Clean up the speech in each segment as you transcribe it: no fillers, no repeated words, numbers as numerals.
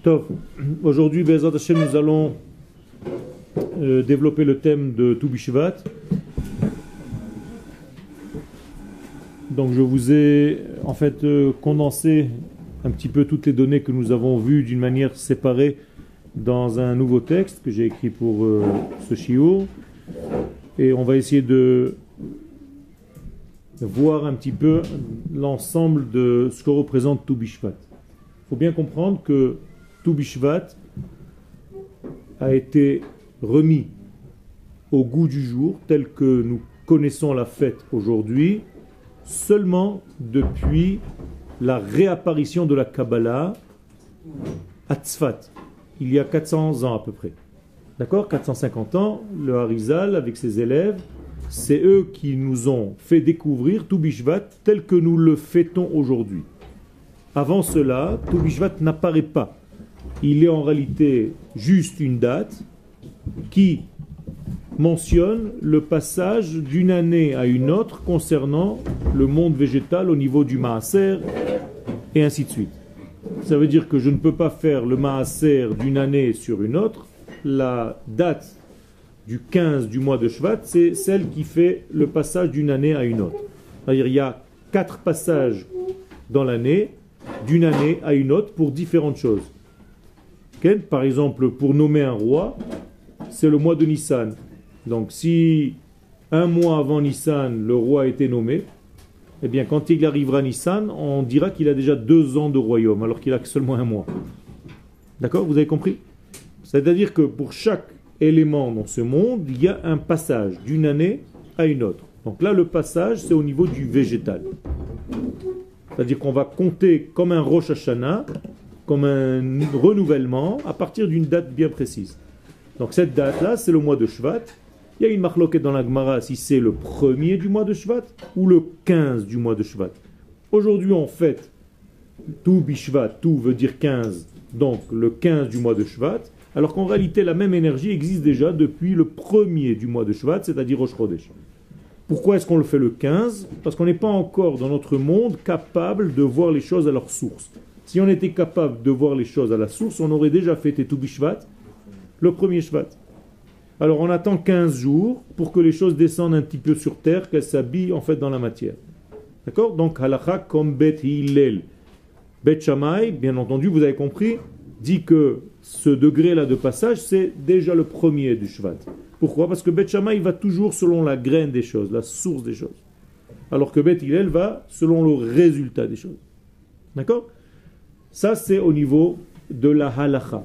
Tov, aujourd'hui, Be'ezrat Hashem, nous allons développer le thème de Tu B'Shvat. Donc je vous ai en fait condensé un petit peu toutes les données que nous avons vues d'une manière séparée dans un nouveau texte que j'ai écrit pour ce shiur. Et on va essayer de voir un petit peu l'ensemble de ce que représente Tu B'Shvat. Il faut bien comprendre que Tu B'Shvat a été remis au goût du jour tel que nous connaissons la fête aujourd'hui seulement depuis la réapparition de la Kabbalah à Tzfat, il y a 400 ans à peu près. D'accord, 450 ans, le Harizal avec ses élèves, c'est eux qui nous ont fait découvrir Tu B'Shvat tel que nous le fêtons aujourd'hui. Avant cela, Tu B'Shvat n'apparaît pas. Il est en réalité juste une date qui mentionne le passage d'une année à une autre concernant le monde végétal au niveau du Maaser et ainsi de suite. Ça veut dire que je ne peux pas faire le Maaser d'une année sur une autre. La date du 15 du mois de Shvat, c'est celle qui fait le passage d'une année à une autre. C'est-à-dire il y a 4 passages dans l'année, d'une année à une autre pour différentes choses. Okay? Par exemple, pour nommer un roi, c'est le mois de Nissan. Donc si un mois avant Nissan, le roi a été nommé, eh bien quand il arrivera à Nissan, on dira qu'il a déjà 2 ans de royaume, alors qu'il a que seulement un mois. D'accord? Vous avez compris? C'est-à-dire que pour chaque élément dans ce monde, il y a un passage d'une année à une autre. Donc là, le passage, c'est au niveau du végétal. C'est-à-dire qu'on va compter comme un Rosh Hashanah, comme un renouvellement, à partir d'une date bien précise. Donc cette date-là, c'est le mois de Shvat. Il y a une marloquette dans la Gemara si c'est le 1er du mois de Shvat ou le 15 du mois de Shvat. Aujourd'hui, on fête Tu B'Shvat, Tu veut dire 15, donc le 15 du mois de Shvat, alors qu'en réalité, la même énergie existe déjà depuis le 1er du mois de Shvat, c'est-à-dire Rosh Chodesh. Pourquoi est-ce qu'on le fait le 15? Parce qu'on n'est pas encore dans notre monde capable de voir les choses à leur source. Si on était capable de voir les choses à la source, on aurait déjà fêté Tu B'Shvat le 1er Shvat. Alors on attend 15 jours pour que les choses descendent un petit peu sur terre, qu'elles s'habillent en fait dans la matière. D'accord? Donc halakha comme Bet Hillel. Bet Shammai, bien entendu, vous avez compris, dit que ce degré-là de passage, c'est déjà le 1er du Shvat. Pourquoi? Parce que Bet Shammai va toujours selon la graine des choses, la source des choses. Alors que Bet Hillel va selon le résultat des choses. D'accord? Ça, c'est au niveau de la halakha.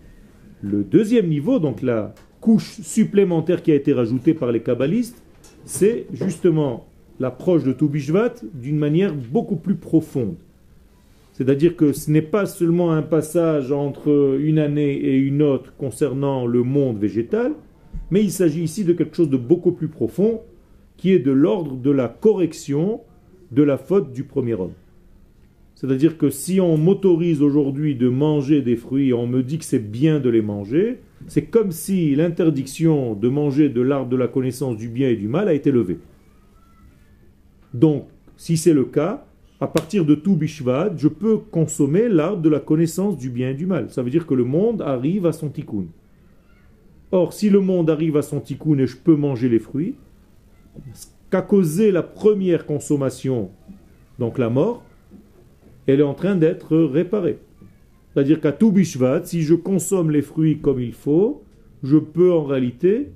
Le deuxième niveau, donc la couche supplémentaire qui a été rajoutée par les kabbalistes, c'est justement l'approche de Tu B'Shvat d'une manière beaucoup plus profonde. C'est-à-dire que ce n'est pas seulement un passage entre une année et une autre concernant le monde végétal, mais il s'agit ici de quelque chose de beaucoup plus profond qui est de l'ordre de la correction de la faute du premier homme. C'est-à-dire que si on m'autorise aujourd'hui de manger des fruits et on me dit que c'est bien de les manger, c'est comme si l'interdiction de manger de l'arbre de la connaissance du bien et du mal a été levée. Donc, si c'est le cas, à partir de Tu B'Shvat, je peux consommer l'arbre de la connaissance du bien et du mal. Ça veut dire que le monde arrive à son tikkun. Or, si le monde arrive à son tikkun et je peux manger les fruits, ce qu'a causé la première consommation, donc la mort, elle est en train d'être réparée. C'est-à-dire qu'à Tu B'Shvat, si je consomme les fruits comme il faut, je peux en réalité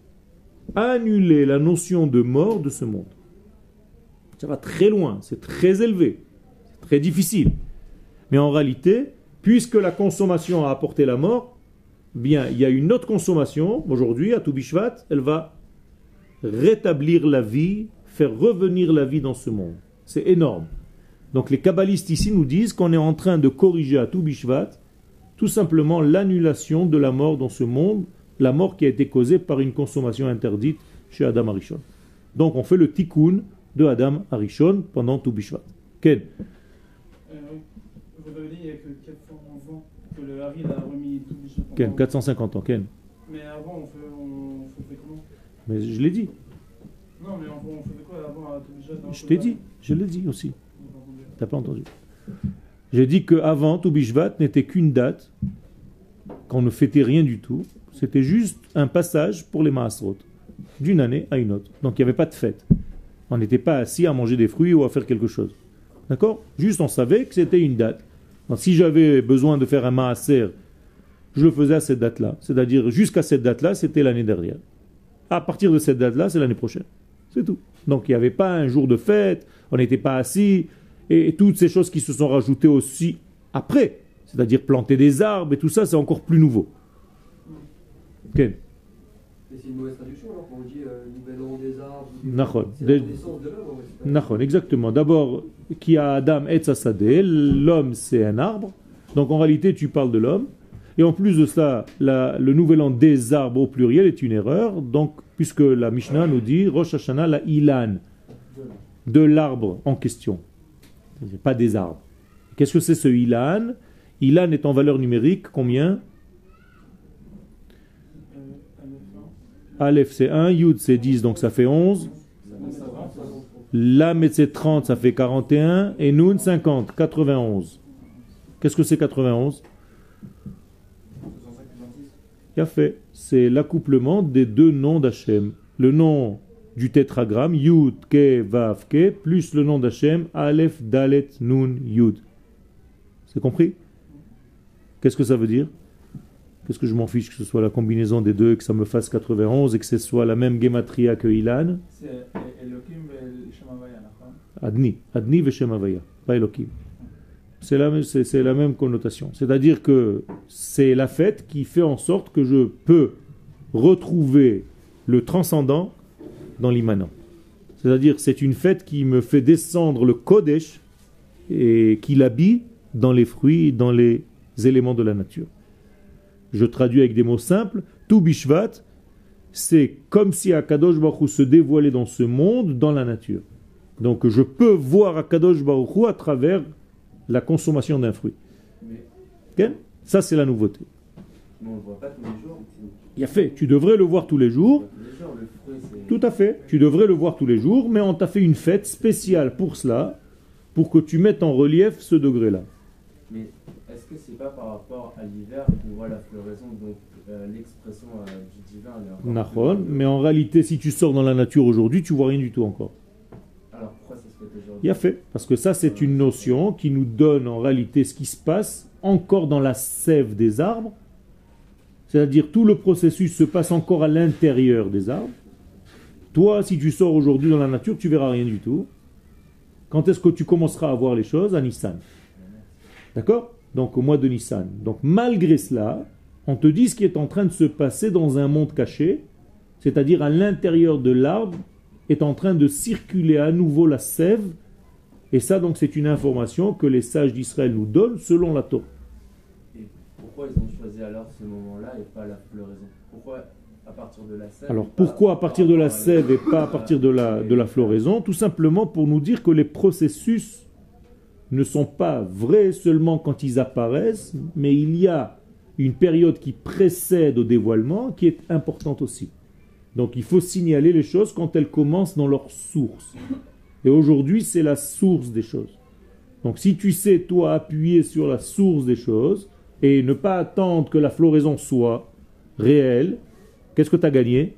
annuler la notion de mort de ce monde. Ça va très loin, c'est très élevé, c'est très difficile. Mais en réalité, puisque la consommation a apporté la mort, bien, il y a une autre consommation, aujourd'hui, à Tu B'Shvat, elle va rétablir la vie, faire revenir la vie dans ce monde. C'est énorme. Donc les kabbalistes ici nous disent qu'on est en train de corriger à Tu B'Shvat tout simplement l'annulation de la mort dans ce monde, la mort qui a été causée par une consommation interdite chez Adam Arishon. Donc on fait le tikkun de Adam Arishon pendant Tu B'Shvat. Ken? Vous avez dit il n'y a que 400 ans que le Haril a remis Tu B'Shvat. Ken, 450 ans, Ken. Mais avant on faisait comment? Mais je l'ai dit. Non mais on faisait quoi avant à Tu B'Shvat? Je t'ai dit, je l'ai dit aussi. T'as pas entendu. J'ai dit qu'avant, Tu Bishvat n'était qu'une date, qu'on ne fêtait rien du tout. C'était juste un passage pour les Maasrot, d'une année à une autre. Donc il n'y avait pas de fête. On n'était pas assis à manger des fruits ou à faire quelque chose. D'accord? Juste on savait que c'était une date. Donc, si j'avais besoin de faire un Maaser, je le faisais à cette date-là. C'est-à-dire jusqu'à cette date-là, c'était l'année dernière. À partir de cette date-là, c'est l'année prochaine. C'est tout. Donc il n'y avait pas un jour de fête, on n'était pas assis, et toutes ces choses qui se sont rajoutées aussi après. C'est-à-dire planter des arbres et tout ça, c'est encore plus nouveau. Ken? Mais c'est une mauvaise traduction alors quand on dit nouvel an des arbres. Nachon. C'est la naissance de l'homme. Nachon, exactement. D'abord, qui a Adam et Tzasadeh, l'homme c'est un arbre. Donc en réalité, tu parles de l'homme. Et en plus de ça, le nouvel an des arbres au pluriel est une erreur. Donc, puisque la Mishnah nous dit Rosh Hashanah la ilan, de l'arbre en question. Pas des arbres. Qu'est-ce que c'est ce ilan? Ilan est en valeur numérique combien? Aleph c'est 1, Yud c'est 10, donc ça fait 11. Lamed c'est 30, ça fait 41. Et Nun 50, 91. Qu'est-ce que c'est 91? Qu'a fait? C'est l'accouplement des deux noms d'Hachem. Le nom du tétragramme, Yud, Ke, Vav, Ke, plus le nom d'Hachem, Aleph, Dalet, Nun, Yud. C'est compris? Qu'est-ce que ça veut dire? Qu'est-ce que je m'en fiche que ce soit la combinaison des deux, que ça me fasse 91 et que ce soit la même gematria que Ilan? C'est Elohim et Shem Havaya, Adni. Adni ve Shem Havaya, pas Elohim. C'est la même connotation. C'est-à-dire que c'est la fête qui fait en sorte que je peux retrouver le transcendant dans l'immanent. C'est-à-dire c'est une fête qui me fait descendre le Kodesh et qui l'habille dans les fruits, dans les éléments de la nature. Je traduis avec des mots simples. Tu Bishvat, c'est comme si Akadosh Baruch Hu se dévoilait dans ce monde, dans la nature. Donc je peux voir Akadosh Baruch Hu à travers la consommation d'un fruit. Okay? Ça c'est la nouveauté. Mais on ne le voit pas tous les jours. Il y a fait, tu devrais le voir tous les jours. Tout à fait, tu devrais le voir tous les jours, mais on t'a fait une fête spéciale pour cela, pour que tu mettes en relief ce degré-là. Mais est-ce que c'est pas par rapport à l'hiver qu'on voit la floraison, donc l'expression du divin Nachon, mais en réalité, si tu sors dans la nature aujourd'hui, tu vois rien du tout encore. Alors pourquoi ça se fait aujourd'hui? Il y a fait, parce que ça c'est une notion qui nous donne en réalité ce qui se passe encore dans la sève des arbres, c'est-à-dire tout le processus se passe encore à l'intérieur des arbres. Toi, si tu sors aujourd'hui dans la nature, tu verras rien du tout. Quand est-ce que tu commenceras à voir les choses? À Nissan. D'accord? Donc au mois de Nissan. Donc malgré cela, on te dit ce qui est en train de se passer dans un monde caché, c'est-à-dire à l'intérieur de l'arbre, est en train de circuler à nouveau la sève. Et ça, donc, c'est une information que les sages d'Israël nous donnent selon la Torah. Et pourquoi ils ont choisi alors ce moment-là et pas la floraison? Pourquoi à partir de la sève? Alors, pourquoi à partir de la sève et pas à partir de la floraison? Tout simplement pour nous dire que les processus ne sont pas vrais seulement quand ils apparaissent, mais il y a une période qui précède au dévoilement qui est importante aussi. Donc il faut signaler les choses quand elles commencent dans leur source. Et aujourd'hui, c'est la source des choses. Donc si tu sais, toi, appuyer sur la source des choses et ne pas attendre que la floraison soit réelle, qu'est-ce que tu as gagné?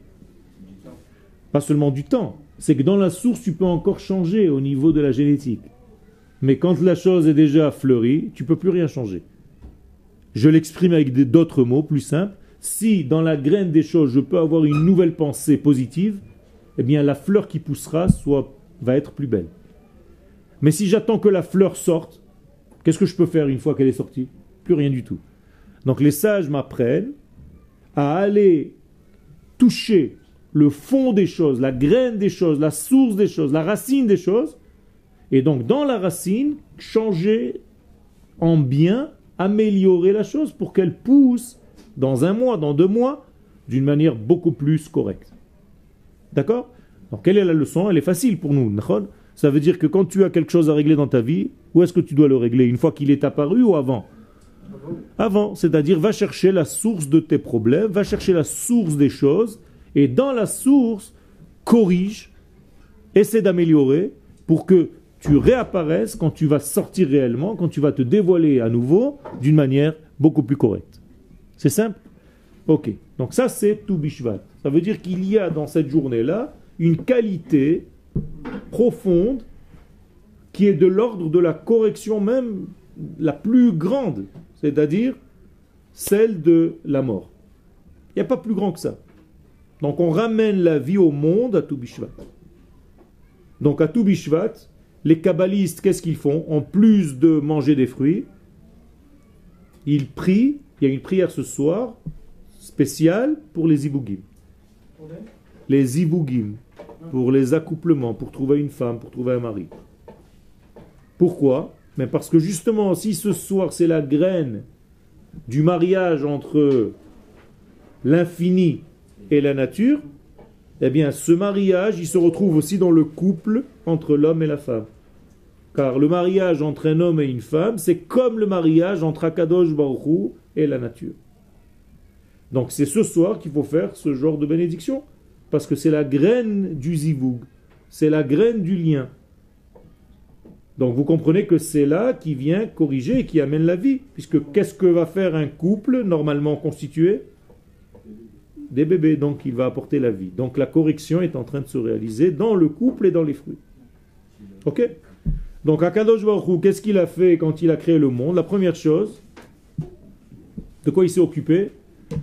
Pas seulement du temps. C'est que dans la source, tu peux encore changer au niveau de la génétique. Mais quand la chose est déjà fleurie, tu ne peux plus rien changer. Je l'exprime avec d'autres mots plus simples. Si dans la graine des choses, je peux avoir une nouvelle pensée positive, eh bien la fleur qui poussera va être plus belle. Mais si j'attends que la fleur sorte, qu'est-ce que je peux faire une fois qu'elle est sortie? Plus rien du tout. Donc les sages m'apprennent à aller toucher le fond des choses, la graine des choses, la source des choses, la racine des choses, et donc dans la racine, changer en bien, améliorer la chose pour qu'elle pousse dans 1 mois, dans 2 mois, d'une manière beaucoup plus correcte. D'accord? Donc quelle est la leçon? Elle est facile pour nous. Ça veut dire que quand tu as quelque chose à régler dans ta vie, où est-ce que tu dois le régler? Une fois qu'il est apparu ou avant? Avant, c'est-à-dire va chercher la source de tes problèmes, va chercher la source des choses, et dans la source, corrige, essaie d'améliorer pour que tu réapparaisses quand tu vas sortir réellement, quand tu vas te dévoiler à nouveau d'une manière beaucoup plus correcte. C'est simple? Ok. Donc ça, c'est tout Bishvat. Ça veut dire qu'il y a dans cette journée-là une qualité profonde qui est de l'ordre de la correction même la plus grande, c'est-à-dire celle de la mort. Il n'y a pas plus grand que ça. Donc on ramène la vie au monde à tout Bishvat. Donc à tout Bishvat, les kabbalistes, qu'est-ce qu'ils font? En plus de manger des fruits, ils prient. Il y a une prière ce soir spéciale pour les zibugim. Les zibugim, pour les accouplements, pour trouver une femme, pour trouver un mari. Pourquoi? Mais parce que justement, si ce soir c'est la graine du mariage entre l'infini et la nature, eh bien ce mariage, il se retrouve aussi dans le couple entre l'homme et la femme. Car le mariage entre un homme et une femme, c'est comme le mariage entre Akadosh Baruch Hu et la nature. Donc c'est ce soir qu'il faut faire ce genre de bénédiction, parce que c'est la graine du zivug, c'est la graine du lien. Donc vous comprenez que c'est là qui vient corriger et qui amène la vie, puisque qu'est-ce que va faire un couple normalement constitué? Des bébés, donc il va apporter la vie. Donc la correction est en train de se réaliser dans le couple et dans les fruits. Ok? Donc Akadosh Baruch Hu, qu'est-ce qu'il a fait quand il a créé le monde? La première chose, de quoi il s'est occupé?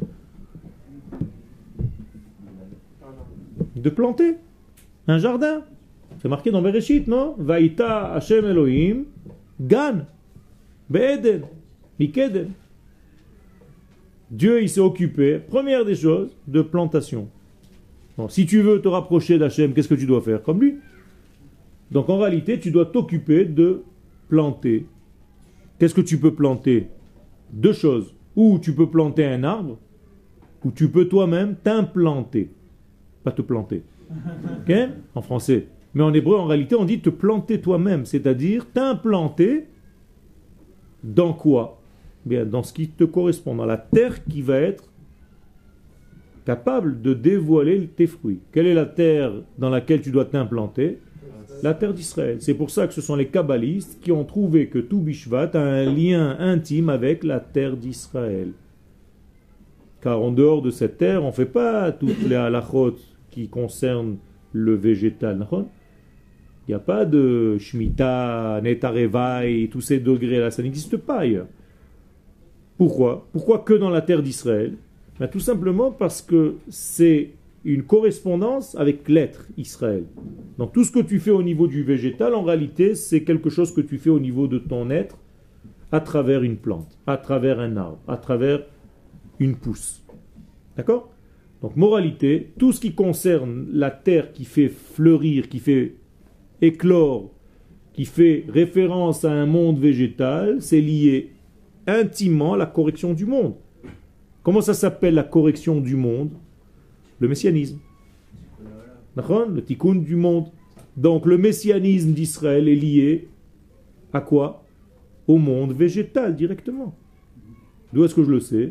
De planter un jardin. C'est marqué dans Bereshit, non? Vaïta Hashem Elohim Gan Be'eden Mikeden. Dieu, il s'est occupé, première des choses, de plantation. Bon, si tu veux te rapprocher d'Hachem, qu'est-ce que tu dois faire? Comme lui. Donc en réalité, tu dois t'occuper de planter. Qu'est-ce que tu peux planter? Deux choses. Ou tu peux planter un arbre, ou tu peux toi-même t'implanter. Pas te planter. Ok? En français. Mais en hébreu, en réalité, on dit te planter toi-même, c'est-à-dire t'implanter dans quoi? Bien, dans ce qui te correspond, dans la terre qui va être capable de dévoiler tes fruits. Quelle est la terre dans laquelle tu dois t'implanter? La terre d'Israël. C'est pour ça que ce sont les kabbalistes qui ont trouvé que tout Bishvat a un lien intime avec la terre d'Israël. Car en dehors de cette terre, on ne fait pas toutes les halachot qui concernent le végétal. Il n'y a pas de Shemitah, Netarevai, tous ces degrés-là, ça n'existe pas ailleurs. Pourquoi? Pourquoi que dans la terre d'Israël? Ben, tout simplement parce que c'est une correspondance avec l'être Israël. Donc tout ce que tu fais au niveau du végétal, en réalité, c'est quelque chose que tu fais au niveau de ton être à travers une plante, à travers un arbre, à travers une pousse. D'accord? Donc moralité, tout ce qui concerne la terre qui fait fleurir, qui fait éclore, qui fait référence à un monde végétal, c'est lié intimement à la correction du monde. Comment ça s'appelle la correction du monde? Le messianisme. Le tikkun du monde. Donc le messianisme d'Israël est lié à quoi? Au monde végétal directement. D'où est-ce que je le sais?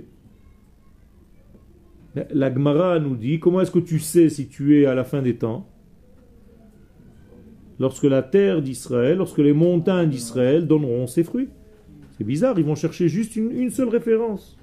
La Gemara nous dit, comment est-ce que tu sais si tu es à la fin des temps? Lorsque la terre d'Israël, lorsque les montagnes d'Israël donneront ses fruits. C'est bizarre, ils vont chercher juste une seule référence.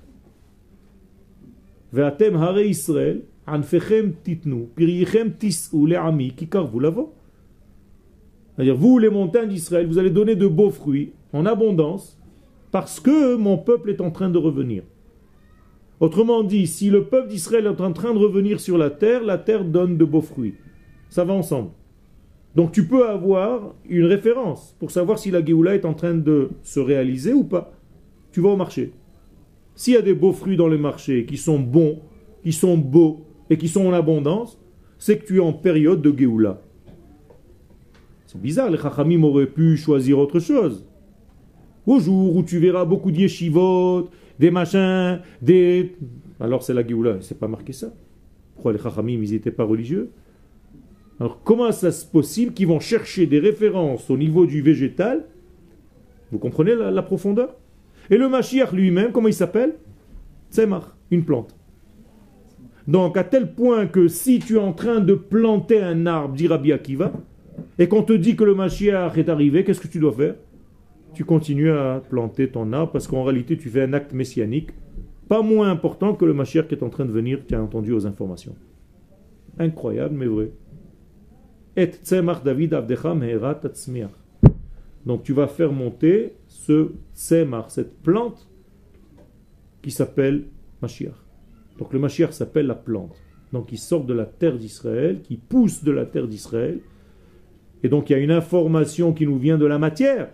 Ve'atem hare Israël, anfechem titnu, pirichem tis'u le'ami, kikarvu lavo. C'est-à-dire, vous, les montagnes d'Israël, vous allez donner de beaux fruits en abondance parce que mon peuple est en train de revenir. Autrement dit, si le peuple d'Israël est en train de revenir sur la terre donne de beaux fruits. Ça va ensemble. Donc tu peux avoir une référence pour savoir si la Géoula est en train de se réaliser ou pas. Tu vas au marché. S'il y a des beaux fruits dans le marché qui sont bons, qui sont beaux et qui sont en abondance, c'est que tu es en période de Géoula. C'est bizarre, les Chachamim auraient pu choisir autre chose. Au jour où tu verras beaucoup de yeshivot, des machins, des... Alors c'est la Géoula, c'est pas marqué ça. Pourquoi les Chachamim, ils n'étaient pas religieux? Alors comment ça se possible qu'ils vont chercher des références au niveau du végétal? Vous comprenez la profondeur? Et le Mashiach lui-même, comment il s'appelle? Tzemach, une plante. Donc à tel point que si tu es en train de planter un arbre, dit Rabbi Akiva, Et quand on te dit que le Mashiach est arrivé, qu'est-ce que tu dois faire? Tu continues à planter ton arbre parce qu'en réalité tu fais un acte messianique pas moins important que le Mashiach qui est en train de venir, tu as entendu aux informations. Incroyable mais vrai. Et tzemach David avdecha meherat tatzmiach. Donc tu vas faire monter ce tzemach, cette plante qui s'appelle Mashiach. Donc le Mashiach s'appelle la plante. Donc il sort de la terre d'Israël, qui pousse de la terre d'Israël. Et donc il y a une information qui nous vient de la matière,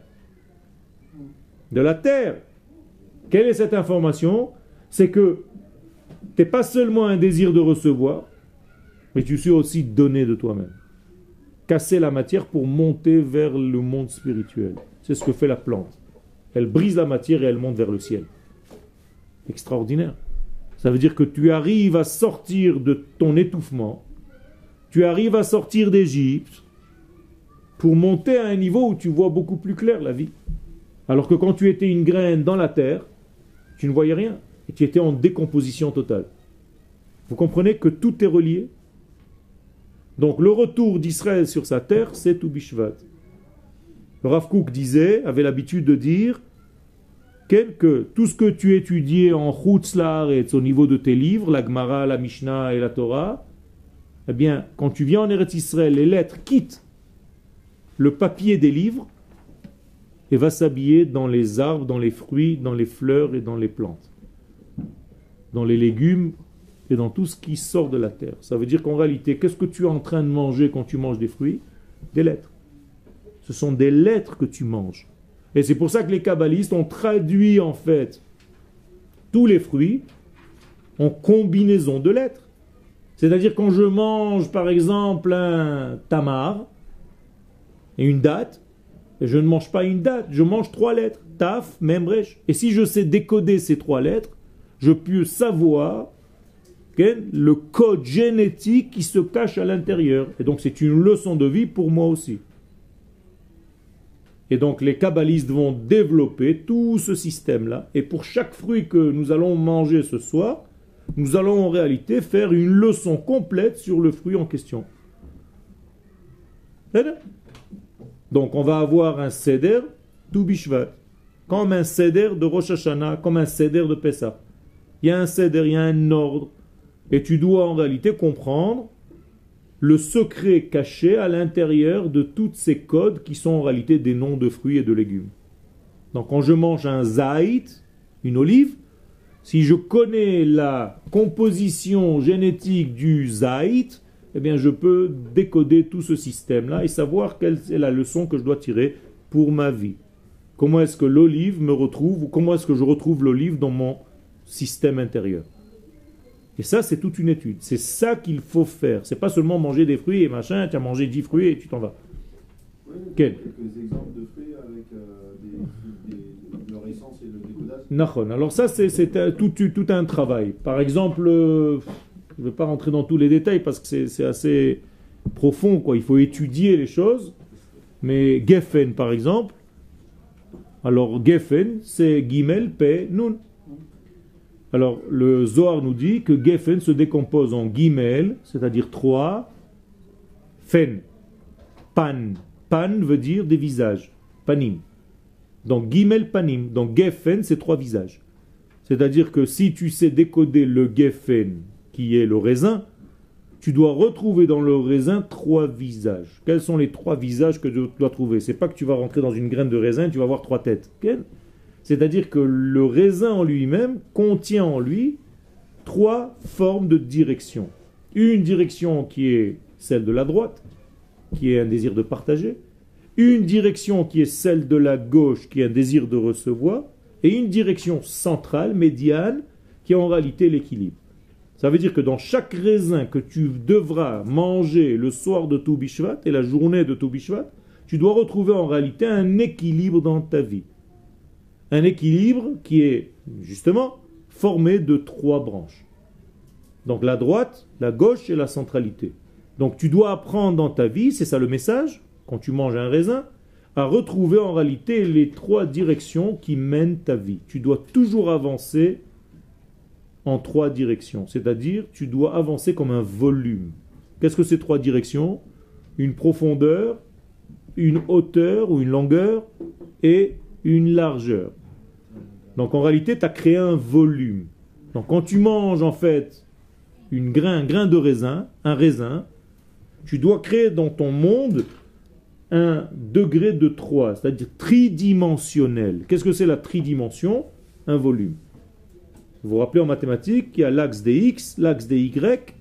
de la terre. Quelle est cette information? C'est que tu n'es pas seulement un désir de recevoir, mais tu sais aussi donner de toi-même. Casser la matière pour monter vers le monde spirituel. C'est ce que fait la plante. Elle brise la matière et elle monte vers le ciel. Extraordinaire. Ça veut dire que tu arrives à sortir de ton étouffement, tu arrives à sortir d'Égypte pour monter à un niveau où tu vois beaucoup plus clair la vie. Alors que quand tu étais une graine dans la terre, tu ne voyais rien et tu étais en décomposition totale. Vous comprenez que tout est relié? Donc le retour d'Israël sur sa terre, c'est Tou Bishvat. Le Rav Kook avait l'habitude de dire que tout ce que tu étudiais en Chutz La'aretz au niveau de tes livres, la Gemara, la Mishnah et la Torah, eh bien, quand tu viens en Eretz Israël, les lettres quittent le papier des livres et va s'habiller dans les arbres, dans les fruits, dans les fleurs et dans les plantes, dans les légumes et dans tout ce qui sort de la terre. Ça veut dire qu'en réalité, qu'est-ce que tu es en train de manger quand tu manges des fruits? Des lettres. Ce sont des lettres que tu manges. Et c'est pour ça que les kabbalistes ont traduit en fait tous les fruits en combinaison de lettres. C'est-à-dire quand je mange par exemple un tamar et une date, je ne mange pas une date, je mange 3 lettres. Taf, mem, resh. Et si je sais décoder ces 3 lettres, je peux savoir le code génétique qui se cache à l'intérieur. Et donc c'est une leçon de vie pour moi aussi. Et donc les kabbalistes vont développer tout ce système-là. Et pour chaque fruit que nous allons manger ce soir, nous allons en réalité faire une leçon complète sur le fruit en question. Donc on va avoir un seder Tou Bishvat, comme un seder de Rosh Hashanah, comme un seder de Pessah. Il y a un seder, il y a un ordre. Et tu dois en réalité comprendre le secret caché à l'intérieur de tous ces codes qui sont en réalité des noms de fruits et de légumes. Donc quand je mange un zaït, une olive, si je connais la composition génétique du zaït, eh bien je peux décoder tout ce système-là et savoir quelle est la leçon que je dois tirer pour ma vie. Comment est-ce que l'olive me retrouve, ou comment est-ce que je retrouve l'olive dans mon système intérieur. Et ça, c'est toute une étude. C'est ça qu'il faut faire. C'est pas seulement manger des fruits et machin, tu as mangé 10 fruits et tu t'en vas. Oui, Quel? quelques exemples de fruits avec leur essence et le décodage. Nachon. Alors ça, c'est tout un travail. Par exemple, je ne vais pas rentrer dans tous les détails parce que c'est assez profond, quoi. Il faut étudier les choses. Mais Geffen, par exemple, alors Geffen, c'est Gimel, Pe, Nun. Alors, le Zohar nous dit que Geffen se décompose en Gimel, c'est-à-dire 3, Fen, Pan. Pan veut dire des visages, Panim. Donc, Gimel, Panim. Donc, Geffen, c'est 3 visages. C'est-à-dire que si tu sais décoder le Geffen, qui est le raisin, tu dois retrouver dans le raisin 3 visages. Quels sont les 3 visages que tu dois trouver? C'est pas que tu vas rentrer dans une graine de raisin et tu vas avoir 3 têtes. C'est-à-dire que le raisin en lui-même contient en lui 3 formes de direction. Une direction qui est celle de la droite, qui est un désir de partager. Une direction qui est celle de la gauche, qui est un désir de recevoir. Et une direction centrale, médiane, qui est en réalité l'équilibre. Ça veut dire que dans chaque raisin que tu devras manger le soir de Tou Bishvat et la journée de Tou Bishvat, tu dois retrouver en réalité un équilibre dans ta vie. Un équilibre qui est justement formé de 3 branches. Donc la droite, la gauche et la centralité. Donc tu dois apprendre dans ta vie, c'est ça le message, quand tu manges un raisin, à retrouver en réalité les 3 directions qui mènent ta vie. Tu dois toujours avancer en 3 directions, c'est-à-dire tu dois avancer comme un volume. Qu'est-ce que ces 3 directions? Une profondeur, une hauteur ou une longueur et une largeur. Donc en réalité, tu as créé un volume. Donc quand tu manges en fait un grain de raisin, un raisin, tu dois créer dans ton monde un degré de 3, c'est-à-dire tridimensionnel. Qu'est-ce que c'est la tridimension? Un volume. Vous vous rappelez en mathématiques, il y a l'axe des X, l'axe des Y,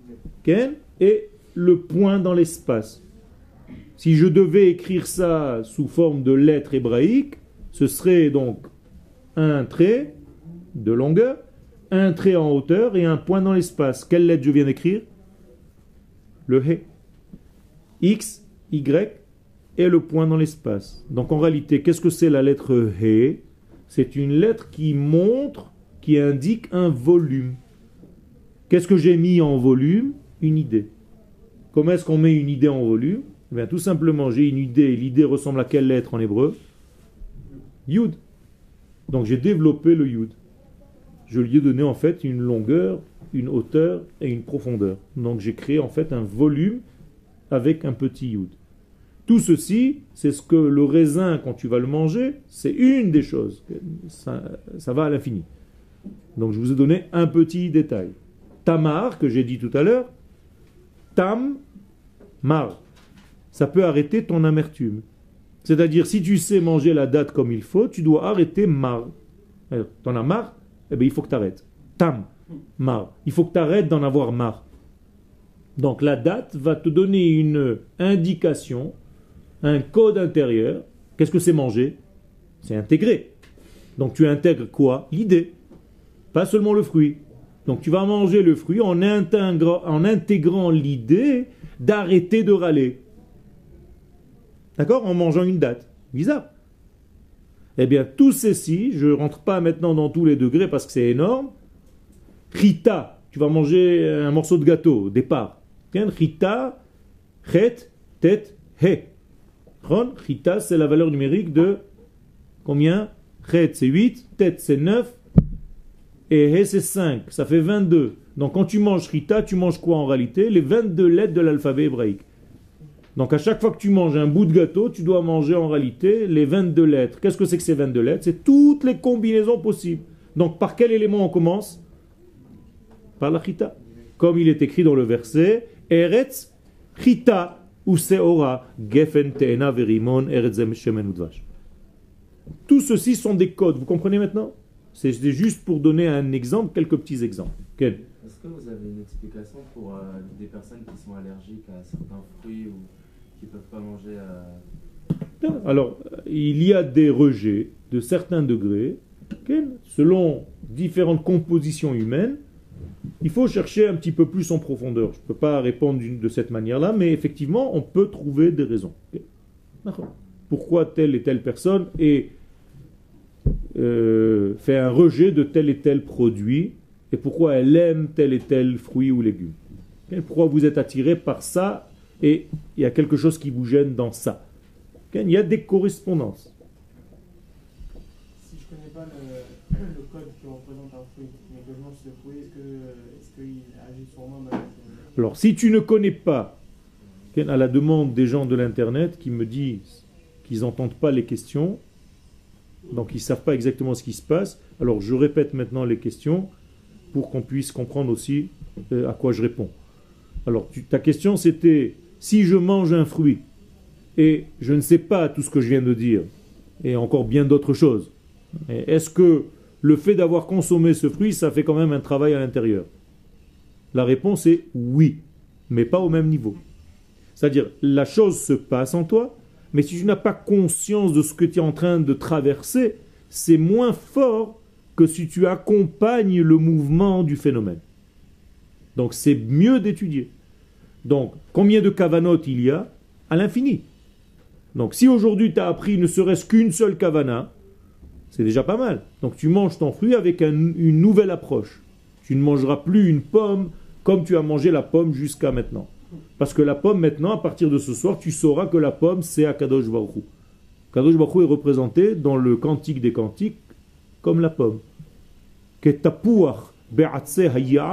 et le point dans l'espace. Si je devais écrire ça sous forme de lettres hébraïques, ce serait donc un trait de longueur, un trait en hauteur et un point dans l'espace. Quelle lettre je viens d'écrire? Le He. X, Y et le point dans l'espace. Donc en réalité, qu'est-ce que c'est la lettre He? C'est une lettre qui montre, qui indique un volume. Qu'est-ce que j'ai mis en volume? Une idée. Comment est-ce qu'on met une idée en volume? Eh bien, tout simplement, j'ai une idée. L'idée ressemble à quelle lettre en hébreu? Yud. Donc j'ai développé le Yud. Je lui ai donné en fait une longueur, une hauteur et une profondeur. Donc j'ai créé en fait un volume avec un petit Yud. Tout ceci, c'est ce que le raisin, quand tu vas le manger, c'est une des choses. Ça va à l'infini. Donc je vous ai donné un petit détail. Tamar, que j'ai dit tout à l'heure, tam, mar. Ça peut arrêter ton amertume. C'est-à-dire, si tu sais manger la date comme il faut, tu dois arrêter mar. T'en as marre? Eh bien, il faut que tu arrêtes. Tam, mar. Il faut que tu arrêtes d'en avoir marre. Donc, la date va te donner une indication, un code intérieur. Qu'est-ce que c'est manger? C'est intégrer. Donc, tu intègres quoi? L'idée. Pas seulement le fruit. Donc, tu vas manger le fruit en intégrant l'idée d'arrêter de râler. D'accord? En mangeant une date. Bizarre. Eh bien, tout ceci, je ne rentre pas maintenant dans tous les degrés parce que c'est énorme. Chita, tu vas manger un morceau de gâteau au départ. Chita, chet, tet, he. Chita, c'est la valeur numérique de combien? Chet, c'est 8, tet, c'est 9, et he, c'est 5. Ça fait 22. Donc, quand tu manges chita, tu manges quoi en réalité? Les 22 lettres de l'alphabet hébraïque. Donc à chaque fois que tu manges un bout de gâteau, tu dois manger en réalité les 22 lettres. Qu'est-ce que c'est que ces 22 lettres? C'est toutes les combinaisons possibles. Donc par quel élément on commence? Par la chita. Comme il est écrit dans le verset, Eretz chita useora gefen te'ena verimon eretzem shemen udvash. Tout ceci sont des codes. Vous comprenez maintenant? C'est juste pour donner un exemple, quelques petits exemples. Quel? Est-ce que vous avez une explication pour des personnes qui sont allergiques à certains fruits ou qui ne peuvent pas manger Alors, il y a des rejets de certains degrés, selon différentes compositions humaines. Il faut chercher un petit peu plus en profondeur. Je ne peux pas répondre de cette manière-là, mais effectivement, on peut trouver des raisons. Pourquoi telle et telle personne fait un rejet de tel et tel produit, et pourquoi elle aime tel et tel fruit ou légume. Pourquoi vous êtes attiré par ça, et il y a quelque chose qui vous gêne dans ça. Il y a des correspondances. Si je ne connais pas le code qui représente un fruit, mais que je mange ce fruit, est-ce qu'il agit sur moi Alors, si tu ne connais pas, à la demande des gens de l'Internet qui me disent qu'ils n'entendent pas les questions, donc ils ne savent pas exactement ce qui se passe, alors je répète maintenant les questions pour qu'on puisse comprendre aussi à quoi je réponds. Alors, ta question c'était, si je mange un fruit et je ne sais pas tout ce que je viens de dire, et encore bien d'autres choses, est-ce que le fait d'avoir consommé ce fruit, ça fait quand même un travail à l'intérieur? La réponse est oui, mais pas au même niveau. C'est-à-dire, la chose se passe en toi, mais si tu n'as pas conscience de ce que tu es en train de traverser, c'est moins fort que si tu accompagnes le mouvement du phénomène. Donc c'est mieux d'étudier. Donc, combien de kavanotes il y a? À l'infini. Donc si aujourd'hui tu as appris ne serait-ce qu'une seule kavana, c'est déjà pas mal. Donc tu manges ton fruit avec une nouvelle approche. Tu ne mangeras plus une pomme comme tu as mangé la pomme jusqu'à maintenant. Parce que la pomme maintenant, à partir de ce soir, tu sauras que la pomme c'est Akadosh Baruch Hu. Akadosh Baruch Hu est représenté dans le cantique des cantiques comme la pomme.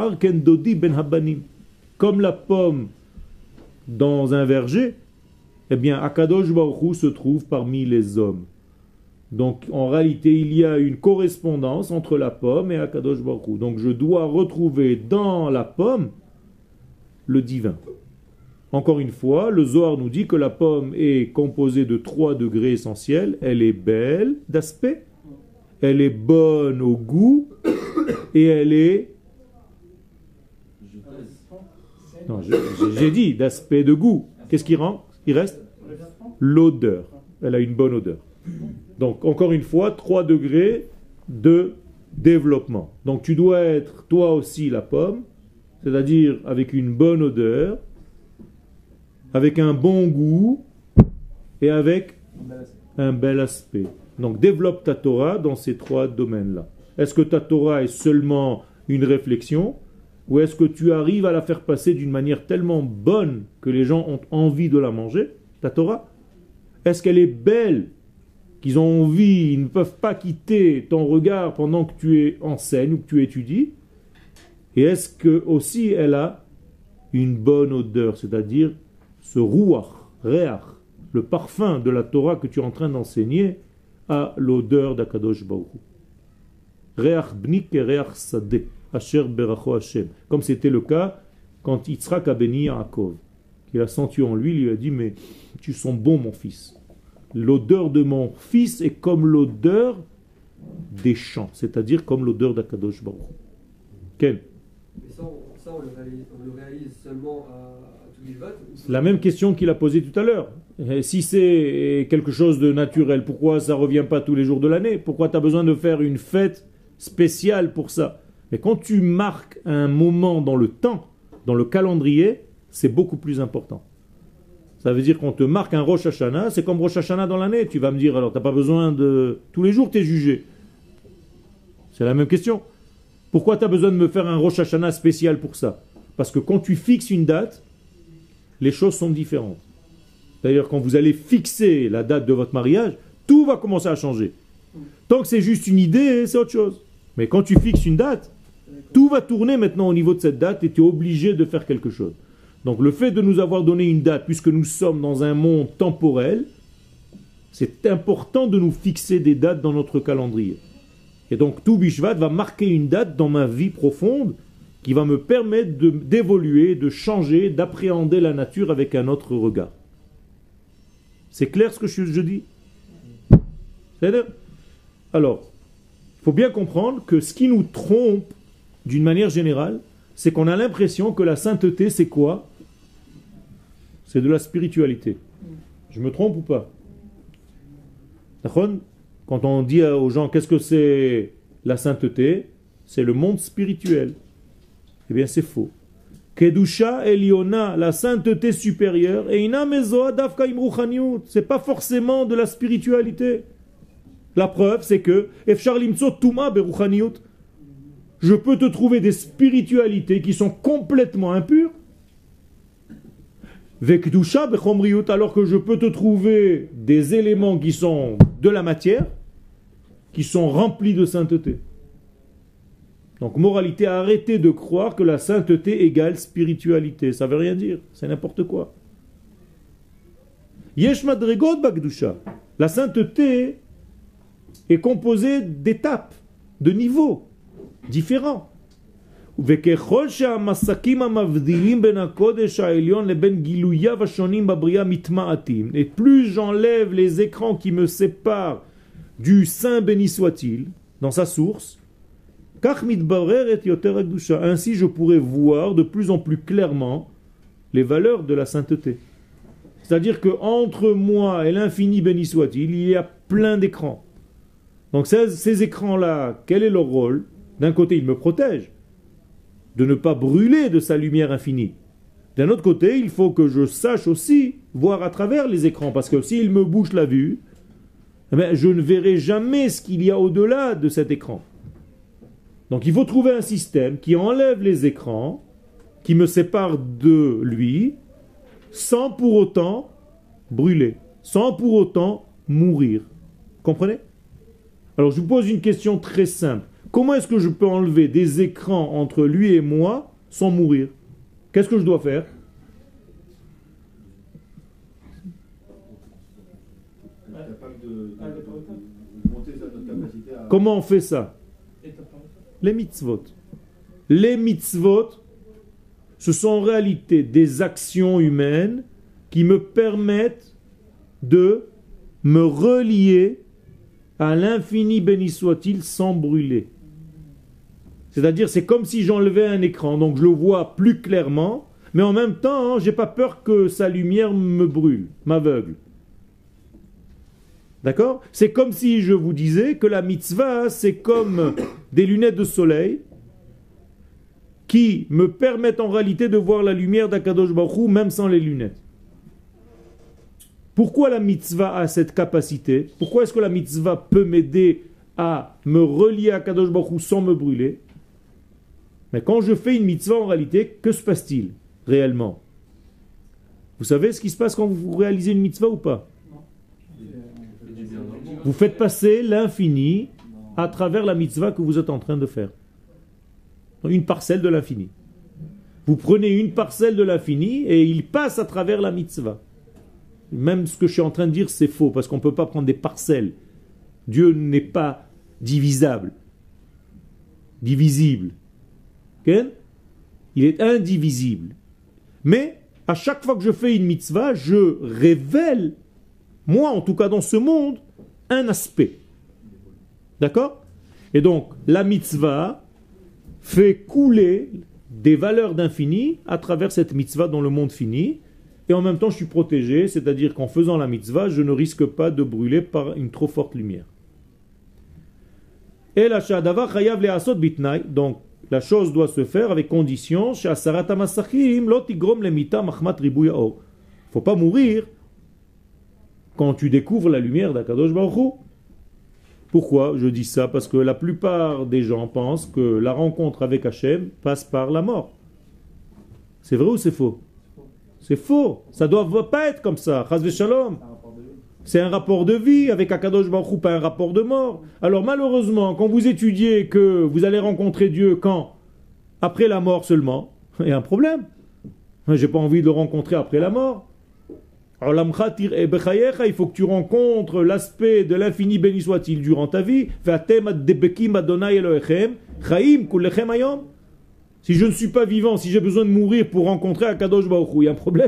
Comme la pomme dans un verger, Eh bien, Akadosh Baruch Hu se trouve parmi les hommes. Donc, en réalité, il y a une correspondance entre la pomme et Akadosh Baruch Hu. Donc, je dois retrouver dans la pomme le divin. Encore une fois, le Zohar nous dit que la pomme est composée de 3 degrés essentiels. Elle est belle d'aspect, elle est bonne au goût et elle est... Non, j'ai dit d'aspect, de goût. Qu'est-ce qui rend? Il reste l'odeur. Elle a une bonne odeur. Donc, encore une fois, 3 degrés de développement. Donc, tu dois être toi aussi la pomme, c'est-à-dire avec une bonne odeur, avec un bon goût et avec un bel aspect. Donc, développe ta Torah dans ces 3 domaines-là. Est-ce que ta Torah est seulement une réflexion ou est-ce que tu arrives à la faire passer d'une manière tellement bonne que les gens ont envie de la manger, ta Torah? Est-ce qu'elle est belle, qu'ils ont envie, ils ne peuvent pas quitter ton regard pendant que tu enseignes ou que tu étudies? Et est-ce que aussi elle a une bonne odeur, c'est-à-dire ce ruach, réach, le parfum de la Torah que tu es en train d'enseigner a l'odeur d'Akadosh Baruch Hu. Réach bnik et réach sadeh, asher beracho Hashem. Comme c'était le cas quand Yitzhak a béni Yaakov. Il a senti en lui, il lui a dit, mais tu sens bon mon fils. L'odeur de mon fils est comme l'odeur des champs, c'est-à-dire comme l'odeur d'Akadosh Baruch Hu. Quel? Mais ça, on le réalise seulement à Toubichvat. La même question qu'il a posée tout à l'heure. Si c'est quelque chose de naturel, pourquoi ça ne revient pas tous les jours de l'année? Pourquoi tu as besoin de faire une fête spéciale pour ça? Mais quand tu marques un moment dans le temps, dans le calendrier, c'est beaucoup plus important. Ça veut dire qu'on te marque un Rosh Hashanah, c'est comme Rosh Hashanah dans l'année. Tu vas me dire, alors tu n'as pas besoin de... Tous les jours tu es jugé. C'est la même question. Pourquoi tu as besoin de me faire un Rosh Hashanah spécial pour ça? Parce que quand tu fixes une date, les choses sont différentes. D'ailleurs, quand vous allez fixer la date de votre mariage, tout va commencer à changer. Tant que c'est juste une idée, c'est autre chose. Mais quand tu fixes une date, tout va tourner maintenant au niveau de cette date et tu es obligé de faire quelque chose. Donc le fait de nous avoir donné une date, puisque nous sommes dans un monde temporel, c'est important de nous fixer des dates dans notre calendrier. Et donc tout Bishvat va marquer une date dans ma vie profonde qui va me permettre d'évoluer, de changer, d'appréhender la nature avec un autre regard. C'est clair ce que je dis? C'est-à-dire, alors, il faut bien comprendre que ce qui nous trompe d'une manière générale, c'est qu'on a l'impression que la sainteté, c'est quoi? C'est de la spiritualité. Je me trompe ou pas? Quand on dit aux gens qu'est-ce que c'est la sainteté, c'est le monde spirituel. Eh bien, c'est faux. Kedusha Eliona, la sainteté supérieure, et Ina Mezoa Dafka Imruchaniut, c'est pas forcément de la spiritualité. La preuve, c'est que Efshar Limtso Tuma Beruchaniut, je peux te trouver des spiritualités qui sont complètement impures. Vekdusha Bechomriut, alors que je peux te trouver des éléments qui sont de la matière, qui sont remplis de sainteté. Donc, moralité, arrêtez de croire que la sainteté égale spiritualité. Ça ne veut rien dire, c'est n'importe quoi. Yesh madregot bagdusha. La sainteté est composée d'étapes, de niveaux différents. Et plus j'enlève les écrans qui me séparent du Saint béni soit-il, dans sa source, ainsi je pourrais voir de plus en plus clairement les valeurs de la sainteté. C'est-à-dire qu'entre moi et l'infini béni soit-il, il y a plein d'écrans. Donc ces écrans-là, quel est leur rôle? D'un côté, ils me protègent de ne pas brûler de sa lumière infinie. D'un autre côté, il faut que je sache aussi voir à travers les écrans, parce que s'ils me bouchent la vue, eh bien, je ne verrai jamais ce qu'il y a au-delà de cet écran. Donc il faut trouver un système qui enlève les écrans, qui me sépare de lui, sans pour autant brûler, sans pour autant mourir. Comprenez? Alors je vous pose une question très simple. Comment est-ce que je peux enlever des écrans entre lui et moi sans mourir? Qu'est-ce que je dois faire? Comment on fait ça? Les mitzvot. Les mitzvot, ce sont en réalité des actions humaines qui me permettent de me relier à l'infini béni soit-il sans brûler. C'est-à-dire, c'est comme si j'enlevais un écran, donc je le vois plus clairement, mais en même temps, j'ai pas peur que sa lumière me brûle, m'aveugle. D'accord? C'est comme si je vous disais que la mitzvah, c'est comme des lunettes de soleil qui me permettent en réalité de voir la lumière d'Akadosh Baruch Hu, même sans les lunettes. Pourquoi la mitzvah a cette capacité? Pourquoi est-ce que la mitzvah peut m'aider à me relier à Akadosh Baruch Hu sans me brûler? Mais quand je fais une mitzvah, en réalité, que se passe-t-il réellement? Vous savez ce qui se passe quand vous réalisez une mitzvah ou pas? Vous faites passer l'infini à travers la mitzvah que vous êtes en train de faire. Une parcelle de l'infini. Vous prenez une parcelle de l'infini et il passe à travers la mitzvah. Même ce que je suis en train de dire, c'est faux, parce qu'on ne peut pas prendre des parcelles. Dieu n'est pas divisable, divisible. Okay? Il est indivisible. Mais, à chaque fois que je fais une mitzvah, je révèle, moi en tout cas dans ce monde, un aspect. D'accord? Et donc, la mitzvah fait couler des valeurs d'infini à travers cette mitzvah dans le monde fini. Et en même temps, je suis protégé, c'est-à-dire qu'en faisant la mitzvah, je ne risque pas de brûler par une trop forte lumière. Et la shadavar chayav le'asot bitnai, donc la chose doit se faire avec condition. Il ne faut pas mourir quand tu découvres la lumière d'Akadosh Baruch Hu. Pourquoi je dis ça? Parce que la plupart des gens pensent que la rencontre avec Hachem passe par la mort. C'est vrai ou c'est faux? C'est faux. Ça ne doit pas être comme ça. Chas v'shalom. C'est un rapport de vie avec Akadosh Baruch Hu, pas un rapport de mort. Alors malheureusement, quand vous étudiez que vous allez rencontrer Dieu quand? Après la mort seulement, il y a un problème. J'ai pas envie de le rencontrer après la mort. Il faut que tu rencontres l'aspect de l'infini béni soit-il durant ta vie. Si je ne suis pas vivant, si j'ai besoin de mourir pour rencontrer Akadosh Baruch Hu, il y a un problème.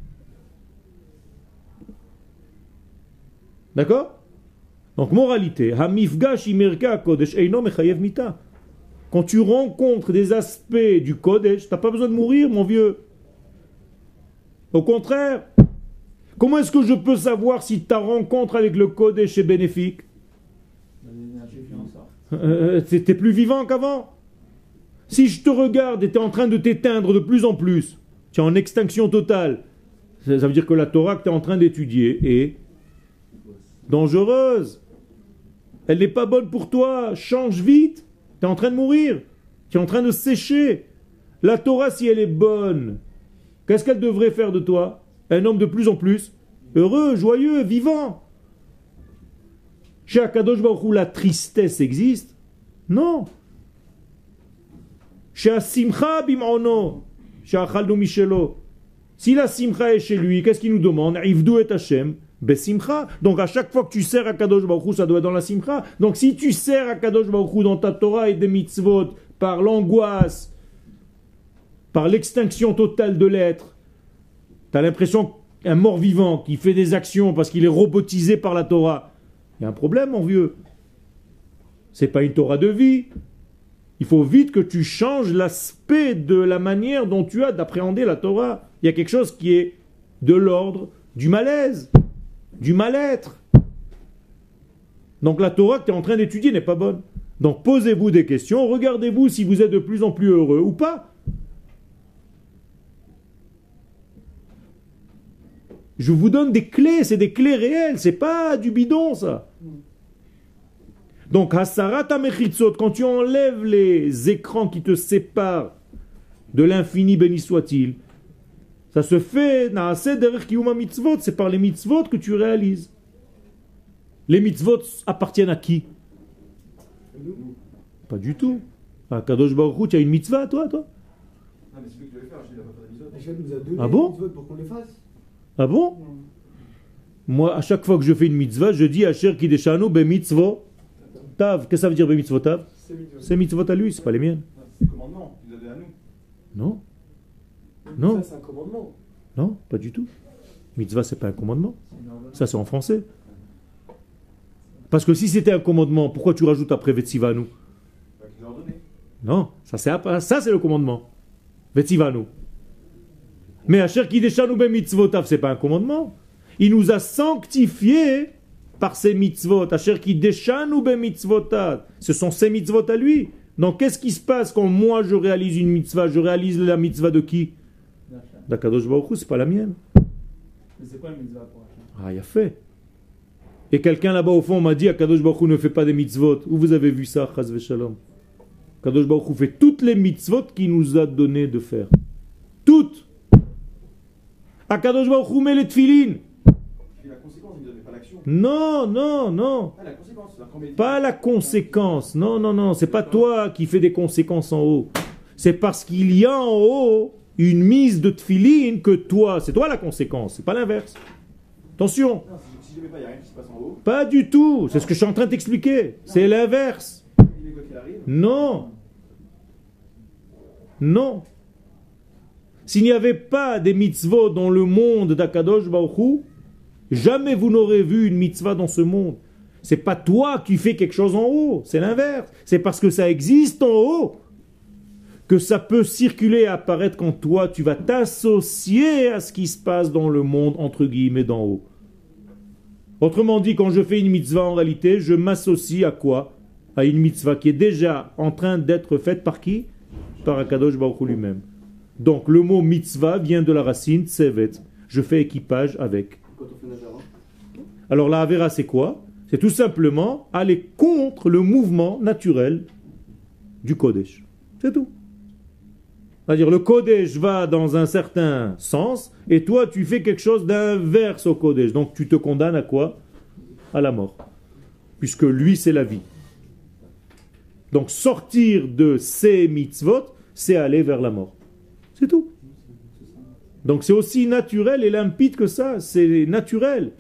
D'accord? Donc, moralité, quand tu rencontres des aspects du Kodesh, tu n'as pas besoin de mourir, mon vieux. Au contraire, comment est-ce que je peux savoir si ta rencontre avec le Kodesh est bénéfique? T'es plus vivant qu'avant. Si je te regarde et tu es en train de t'éteindre de plus en plus, tu es en extinction totale, ça veut dire que la Torah que tu es en train d'étudier est dangereuse. Elle n'est pas bonne pour toi. Change vite. Tu es en train de mourir. Tu es en train de sécher. La Torah, si elle est bonne, qu'est-ce qu'elle devrait faire de toi? Un homme de plus en plus heureux, joyeux, vivant. Chez Akadosh Baruch Hu, la tristesse existe? Non. Chez Asimcha bim'ono, chez Achalnu Michelo. Si la simcha est chez lui, qu'est-ce qu'il nous demande? Ivdu et Hashem besimcha. Donc à chaque fois que tu sers Akadosh Baruch Hu, ça doit être dans la simcha. Donc si tu sers Akadosh Baruch Hu dans ta Torah et des mitzvot par l'angoisse, par l'extinction totale de l'être, tu as l'impression qu'un mort-vivant qui fait des actions parce qu'il est robotisé par la Torah, il y a un problème, mon vieux. C'est pas une Torah de vie. Il faut vite que tu changes l'aspect de la manière dont tu as d'appréhender la Torah. Il y a quelque chose qui est de l'ordre du malaise, du mal-être. Donc la Torah que tu es en train d'étudier n'est pas bonne. Donc posez-vous des questions, regardez-vous si vous êtes de plus en plus heureux ou pas. Je vous donne des clés, c'est des clés réelles, c'est pas du bidon ça. Donc, Hasarata Mechitzot, quand tu enlèves les écrans qui te séparent de l'infini, béni soit-il, ça se fait, c'est par les mitzvot que tu réalises. Les mitzvot appartiennent à qui? Pas du tout. À Kadosh Baruch Hu, tu as une mitzvah, toi? Ah, mais c'est lui qui doit les faire, je dis, il n'a pas fait la mitzvah. Hachem nous a donné Ah bon? les mitzvot pour qu'on les fasse. Ah bon? Moi, à chaque fois que je fais une mitzvah, je dis Asher Kideshanu be mitzvot mitzvotav. Qu'est-ce que ça veut dire bemitzvotav? C'est mitzvot à lui, c'est pas les miennes. C'est le commandement, vous avez à nous. Non. Non. Ça, c'est un commandement. Non, pas du tout. Mitzvah, c'est pas un commandement. Ça, c'est en français. Parce que si c'était un commandement, pourquoi tu rajoutes après Vetsivanu? Qu'il leur donnait. Non, ça c'est le commandement. Vetsivanu. Mais Asher Kideshanu ben mitzvotav, c'est pas un commandement. Il nous a sanctifiés par ses mitzvot. Asher Kideshanu ben mitzvotav. Ce sont ses mitzvot à lui. Donc qu'est-ce qui se passe quand moi je réalise une mitzvah? Je réalise la mitzvah de qui? D'Akadosh Baruch Hu, c'est pas la mienne. Mais c'est quoi le mitzvah pour Hachem? Ah, il a fait. Et quelqu'un là-bas au fond m'a dit Akadosh Baruch Hu ne fait pas des mitzvot. Où vous avez vu ça, Chaz v'Shalom? Akadosh Baruch Hu fait toutes les mitzvot qu'il nous a donné de faire. Toutes. Akadosh Baruch Hu met les tefilin. La conséquence, il ne donnait pas l'action. Non, non, non. Ah, la conséquence, la comédie. Pas la conséquence. Non, non, non. C'est pas toi qui fais des conséquences en haut. C'est parce qu'il y a en haut une mise de tefilin que toi. C'est toi la conséquence. C'est pas l'inverse. Attention. Non, si je ne mets pas, il n'y a rien qui se passe en haut. Pas du tout. C'est ce que je suis en train de t'expliquer. C'est l'inverse. Il est quoi qu'il arrive. Non. Non. S'il n'y avait pas des mitzvot dans le monde d'Akadosh Baruch Hu, jamais vous n'aurez vu une mitzvah dans ce monde. C'est pas toi qui fais quelque chose en haut, c'est l'inverse. C'est parce que ça existe en haut que ça peut circuler et apparaître quand toi tu vas t'associer à ce qui se passe dans le monde entre guillemets d'en haut. Autrement dit, quand je fais une mitzvah en réalité, je m'associe à quoi? À une mitzvah qui est déjà en train d'être faite par qui? Par Akadosh Baruch Hu lui-même. Donc le mot mitzvah vient de la racine tsevet. Je fais équipage avec. Quand on fait une avera. Alors la avera c'est quoi? C'est tout simplement aller contre le mouvement naturel du Kodesh. C'est tout. C'est-à-dire le Kodesh va dans un certain sens et toi tu fais quelque chose d'inverse au Kodesh. Donc tu te condamnes à quoi? À la mort. Puisque lui c'est la vie. Donc sortir de ces mitzvot, c'est aller vers la mort. C'est tout. Donc c'est aussi naturel et limpide que ça. C'est naturel.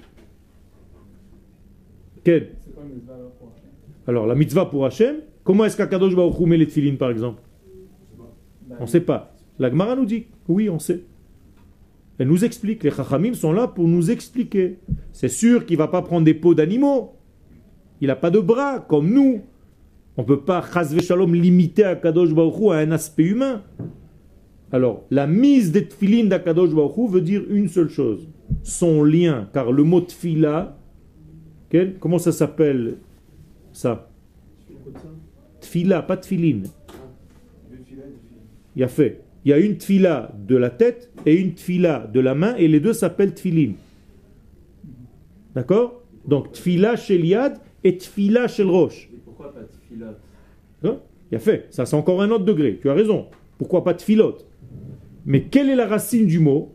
Quel? C'est quoi le mitzvah pour Hachem? Alors la mitzvah pour Hachem, comment est-ce qu'Akadosh Baruch Hu met les tefilines par exemple? On ne sait pas. La Gemara nous dit, oui on sait. Elle nous explique, les Chachamim sont là pour nous expliquer. C'est sûr qu'il ne va pas prendre des peaux d'animaux. Il n'a pas de bras comme nous. On ne peut pas, chas v'shalom, limiter Akadosh Baruch Hu à un aspect humain. Alors, la mise des tefilines d'Akadosh Baruch Hu veut dire une seule chose. Son lien, car le mot tefila, comment ça s'appelle ça? Tefila, pas tefilin. Il y a fait. Il y a une tefila de la tête et une tefila de la main et les deux s'appellent tefilin. D'accord? Donc tefila chez l'Iad et tefila chez le roche. Pourquoi pas tefilot? Il y a fait. Ça c'est encore un autre degré. Tu as raison. Pourquoi pas tefilot? Mais quelle est la racine du mot?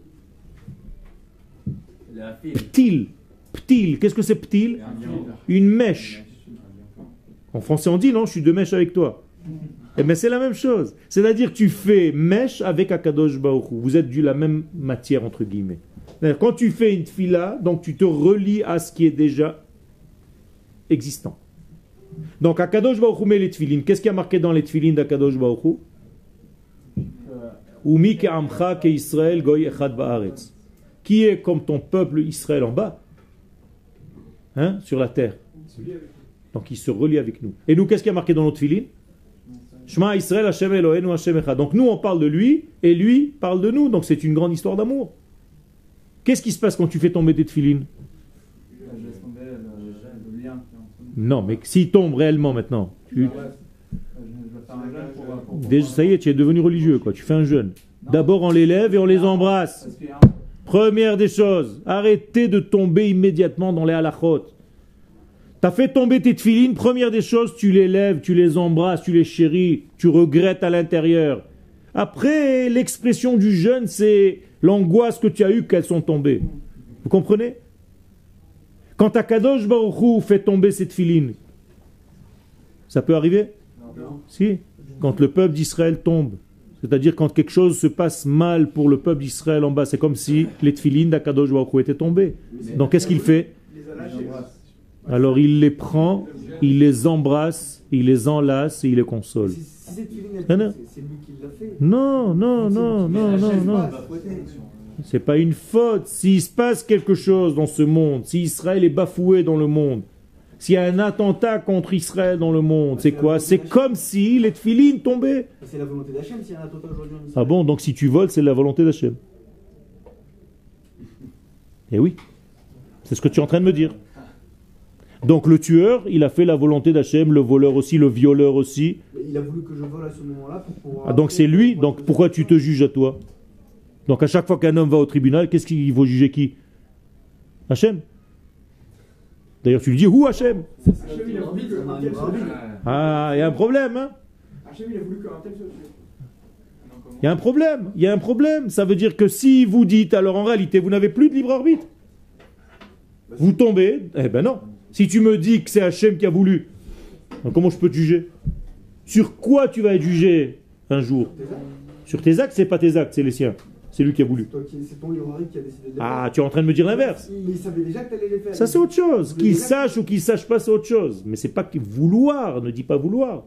Ptil. Ptil. Qu'est-ce que c'est ptil? Une mèche. En français on dit non, je suis de mèche avec toi. Eh bien c'est la même chose. C'est-à-dire que tu fais mèche avec Akadosh Baruch Hu. Vous êtes de la même matière entre guillemets. Quand tu fais une tefila, donc tu te relis à ce qui est déjà existant. Donc Akadosh Baruch Hu met les tefilines. Qu'est-ce qui a marqué dans les tefilines d'Akadosh Baruch Hu? Umi ke'amcha ke'Israël goy echad ba'aretz. Qui est comme ton peuple Israël en bas, hein, sur la terre. Donc il se relie avec nous. Et nous, qu'est-ce qui a marqué dans notre tefilines? Shema Israël Hashem Eloheinu Hashem Echad. Donc nous on parle de lui et lui parle de nous. Donc c'est une grande histoire d'amour. Qu'est-ce qui se passe quand tu fais tomber tes tefilines? Je laisse tomber le lien qui est entre nous. Non, mais s'il tombe réellement maintenant, Je vais faire un jeûne pour déjà, ça y est, tu es devenu religieux, quoi. Tu fais un jeûne. D'abord on les lève et on les embrasse. Parce qu'il y a Première des choses, arrêtez de tomber immédiatement dans les halachot. Tu as fait tomber tes tefilines, première des choses, tu les lèves, tu les embrasses, tu les chéris, tu regrettes à l'intérieur. Après, l'expression du jeûne, c'est l'angoisse que tu as eue qu'elles sont tombées. Vous comprenez? Quand Akadosh Baruch Hu fait tomber cette tefilines, ça peut arriver? Non. Si, quand le peuple d'Israël tombe. C'est-à-dire quand quelque chose se passe mal pour le peuple d'Israël en bas, c'est comme si les tefilines d'Akadosh Baruch Hu étaient tombées. Donc qu'est-ce qu'il fait? Alors il les prend, il les embrasse, il les enlace et il les console. Si cette fille c'est lui qui l'a fait. Non, non, non, non, non, non. C'est pas une faute. S'il se passe quelque chose dans ce monde, si Israël est bafoué dans le monde, s'il y a un attentat contre Israël dans le monde, c'est quoi? C'est comme si les tefilines tombaient. C'est la volonté d'Hachem s'il y a un attentat aujourd'hui en Israël. Ah bon, donc si tu voles, c'est la volonté d'Hachem. Eh oui, c'est ce que tu es en train de me dire. Donc le tueur, il a fait la volonté d'Hachem, le voleur aussi, le violeur aussi. Il a voulu que je vole à ce moment-là pour pouvoir... Ah, donc c'est lui, donc pourquoi tu te juges à toi? Donc à chaque fois qu'un homme va au tribunal, qu'est-ce qu'il faut juger qui? Hachem. D'ailleurs tu lui dis, où Hachem? Hachem, il a voulu que un tel soit tué. Ah, il y a un problème, hein? Hachem, il a voulu qu'un tel soit tué. Il y a un problème, il y a un problème. Ça veut dire que si vous dites, alors en réalité, vous n'avez plus de libre arbitre. Vous tombez, eh ben non. Si tu me dis que c'est Hachem qui a voulu, donc comment je peux te juger? Sur quoi tu vas être jugé un jour? Sur tes actes, c'est pas tes actes, c'est les siens. C'est lui qui a voulu. C'est ton Yorari qui a décidé de les faire. Ah, tu es en train de me dire l'inverse. Mais il savait déjà que tu allais les faire. Ça c'est autre chose. Qu'il sache ou qu'il sache pas, c'est autre chose. Mais c'est pas que vouloir, ne dis pas vouloir.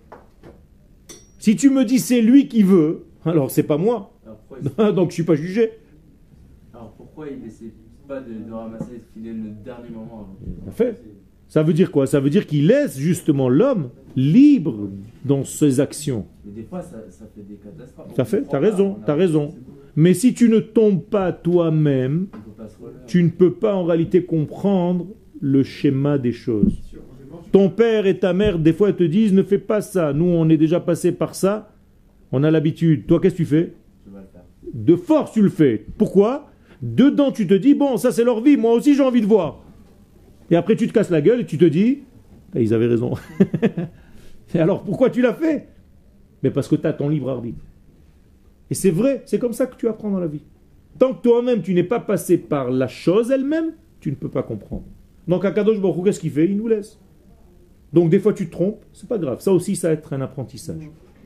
Si tu me dis c'est lui qui veut, alors c'est pas moi. Donc je suis pas jugé. Alors pourquoi il n'essaie pas de ramasser les filets le dernier moment? Il a fait. Ça veut dire quoi? Ça veut dire qu'il laisse justement l'homme libre dans ses actions. Mais des fois ça fait des catastrophes. Ça fait, t'as raison, t'as raison. Mais si tu ne tombes pas toi-même, tu ne peux pas en réalité comprendre le schéma des choses. Ton père et ta mère, des fois, te disent ne fais pas ça. Nous, on est déjà passé par ça. On a l'habitude. Toi, qu'est-ce que tu fais? De force, tu le fais. Pourquoi? Dedans, tu te dis bon, ça c'est leur vie. Moi aussi, j'ai envie de voir. Et après, tu te casses la gueule et tu te dis eh, ils avaient raison. Et alors, pourquoi tu l'as fait? Mais parce que tu as ton libre arbitre. Et c'est vrai, c'est comme ça que tu apprends dans la vie. Tant que toi-même, tu n'es pas passé par la chose elle-même, tu ne peux pas comprendre. Donc, Akadosh Baruch Hu, qu'est-ce qu'il fait? Il nous laisse. Donc, des fois, tu te trompes, c'est pas grave. Ça aussi, ça va être un apprentissage.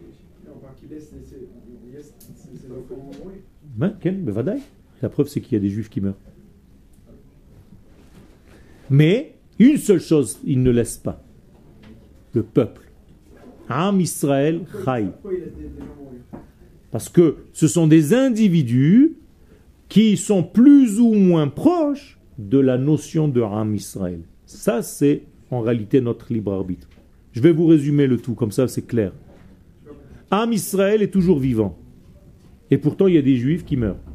La preuve, c'est qu'il y a des juifs qui meurent. Mais, une seule chose, il ne laisse pas. Le peuple. Am Israël Chai. Parce que ce sont des individus qui sont plus ou moins proches de la notion de Am Israël. Ça, c'est en réalité notre libre arbitre. Je vais vous résumer le tout, comme ça c'est clair. Am Israël est toujours vivant. Et pourtant, il y a des juifs qui meurent.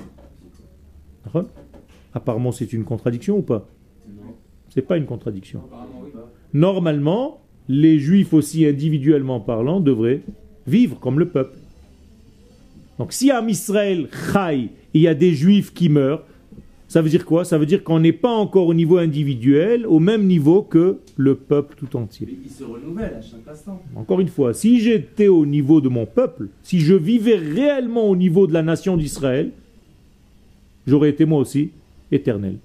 Apparemment, c'est une contradiction ou pas? C'est pas une contradiction. Normalement, les juifs aussi individuellement parlant devraient vivre comme le peuple. Donc si à Israël, Chai, il y a des juifs qui meurent, ça veut dire quoi? Ça veut dire qu'on n'est pas encore au niveau individuel, au même niveau que le peuple tout entier. Mais il se renouvelle à chaque instant. Encore une fois, si j'étais au niveau de mon peuple, si je vivais réellement au niveau de la nation d'Israël, j'aurais été moi aussi éternel.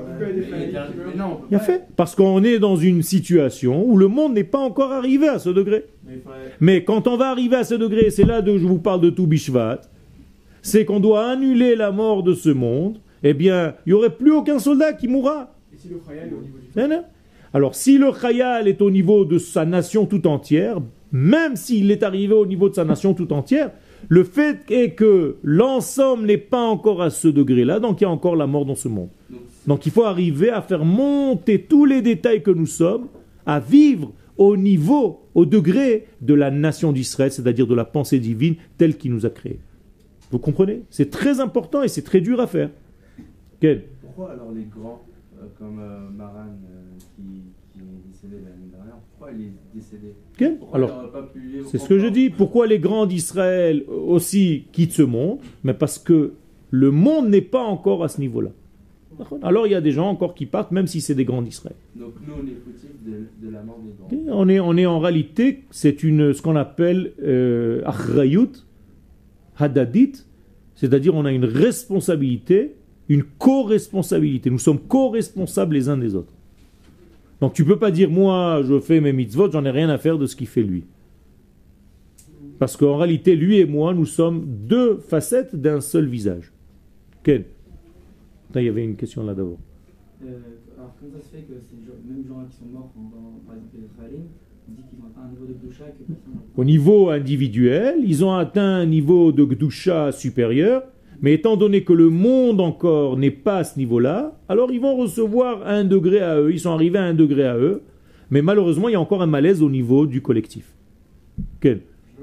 Il a fait. Parce qu'on est dans une situation où le monde n'est pas encore arrivé à ce degré. Mais quand on va arriver à ce degré, c'est là que je vous parle de tout Bishvat, c'est qu'on doit annuler la mort de ce monde, eh bien, il n'y aurait plus aucun soldat qui mourra. Et si le Khayal est au niveau du... Alors, si le Khayal est au niveau de sa nation tout entière, même s'il est arrivé au niveau de sa nation tout entière, le fait est que l'ensemble n'est pas encore à ce degré-là, donc il y a encore la mort dans ce monde. Donc il faut arriver à faire monter tous les détails que nous sommes, à vivre au niveau, au degré de la nation d'Israël, c'est-à-dire de la pensée divine telle qu'il nous a créés. Vous comprenez? C'est très important et c'est très dur à faire. Quel? Pourquoi alors les grands, comme Maran qui est décédé l'année dernière, pourquoi il est décédé? Quel? Alors, c'est ce que je dis. Pourquoi les grands d'Israël aussi quittent ce monde? Mais parce que le monde n'est pas encore à ce niveau-là. Alors il y a des gens encore qui partent, même si c'est des grands d'Israël. Donc nous on est fautifs de la mort des grands. On est en réalité, c'est ce qu'on appelle achrayut hadadit, c'est-à-dire on a une responsabilité, une co-responsabilité. Nous sommes co-responsables les uns des autres. Donc tu peux pas dire moi je fais mes mitzvot, j'en ai rien à faire de ce qu'il fait lui. Parce qu'en réalité lui et moi nous sommes deux facettes d'un seul visage. Quel? Il y avait une question là d'abord. Alors, comment ça se fait que ces mêmes gens qui sont morts, par exemple les Israéliens, on dit qu'ils ont atteint un niveau de Gdusha que personne n'a. Au niveau individuel, ils ont atteint un niveau de Gdusha supérieur, mais étant donné que le monde encore n'est pas à ce niveau-là, alors ils vont recevoir un degré à eux, ils sont arrivés à un degré à eux, mais malheureusement il y a encore un malaise au niveau du collectif. Quel ?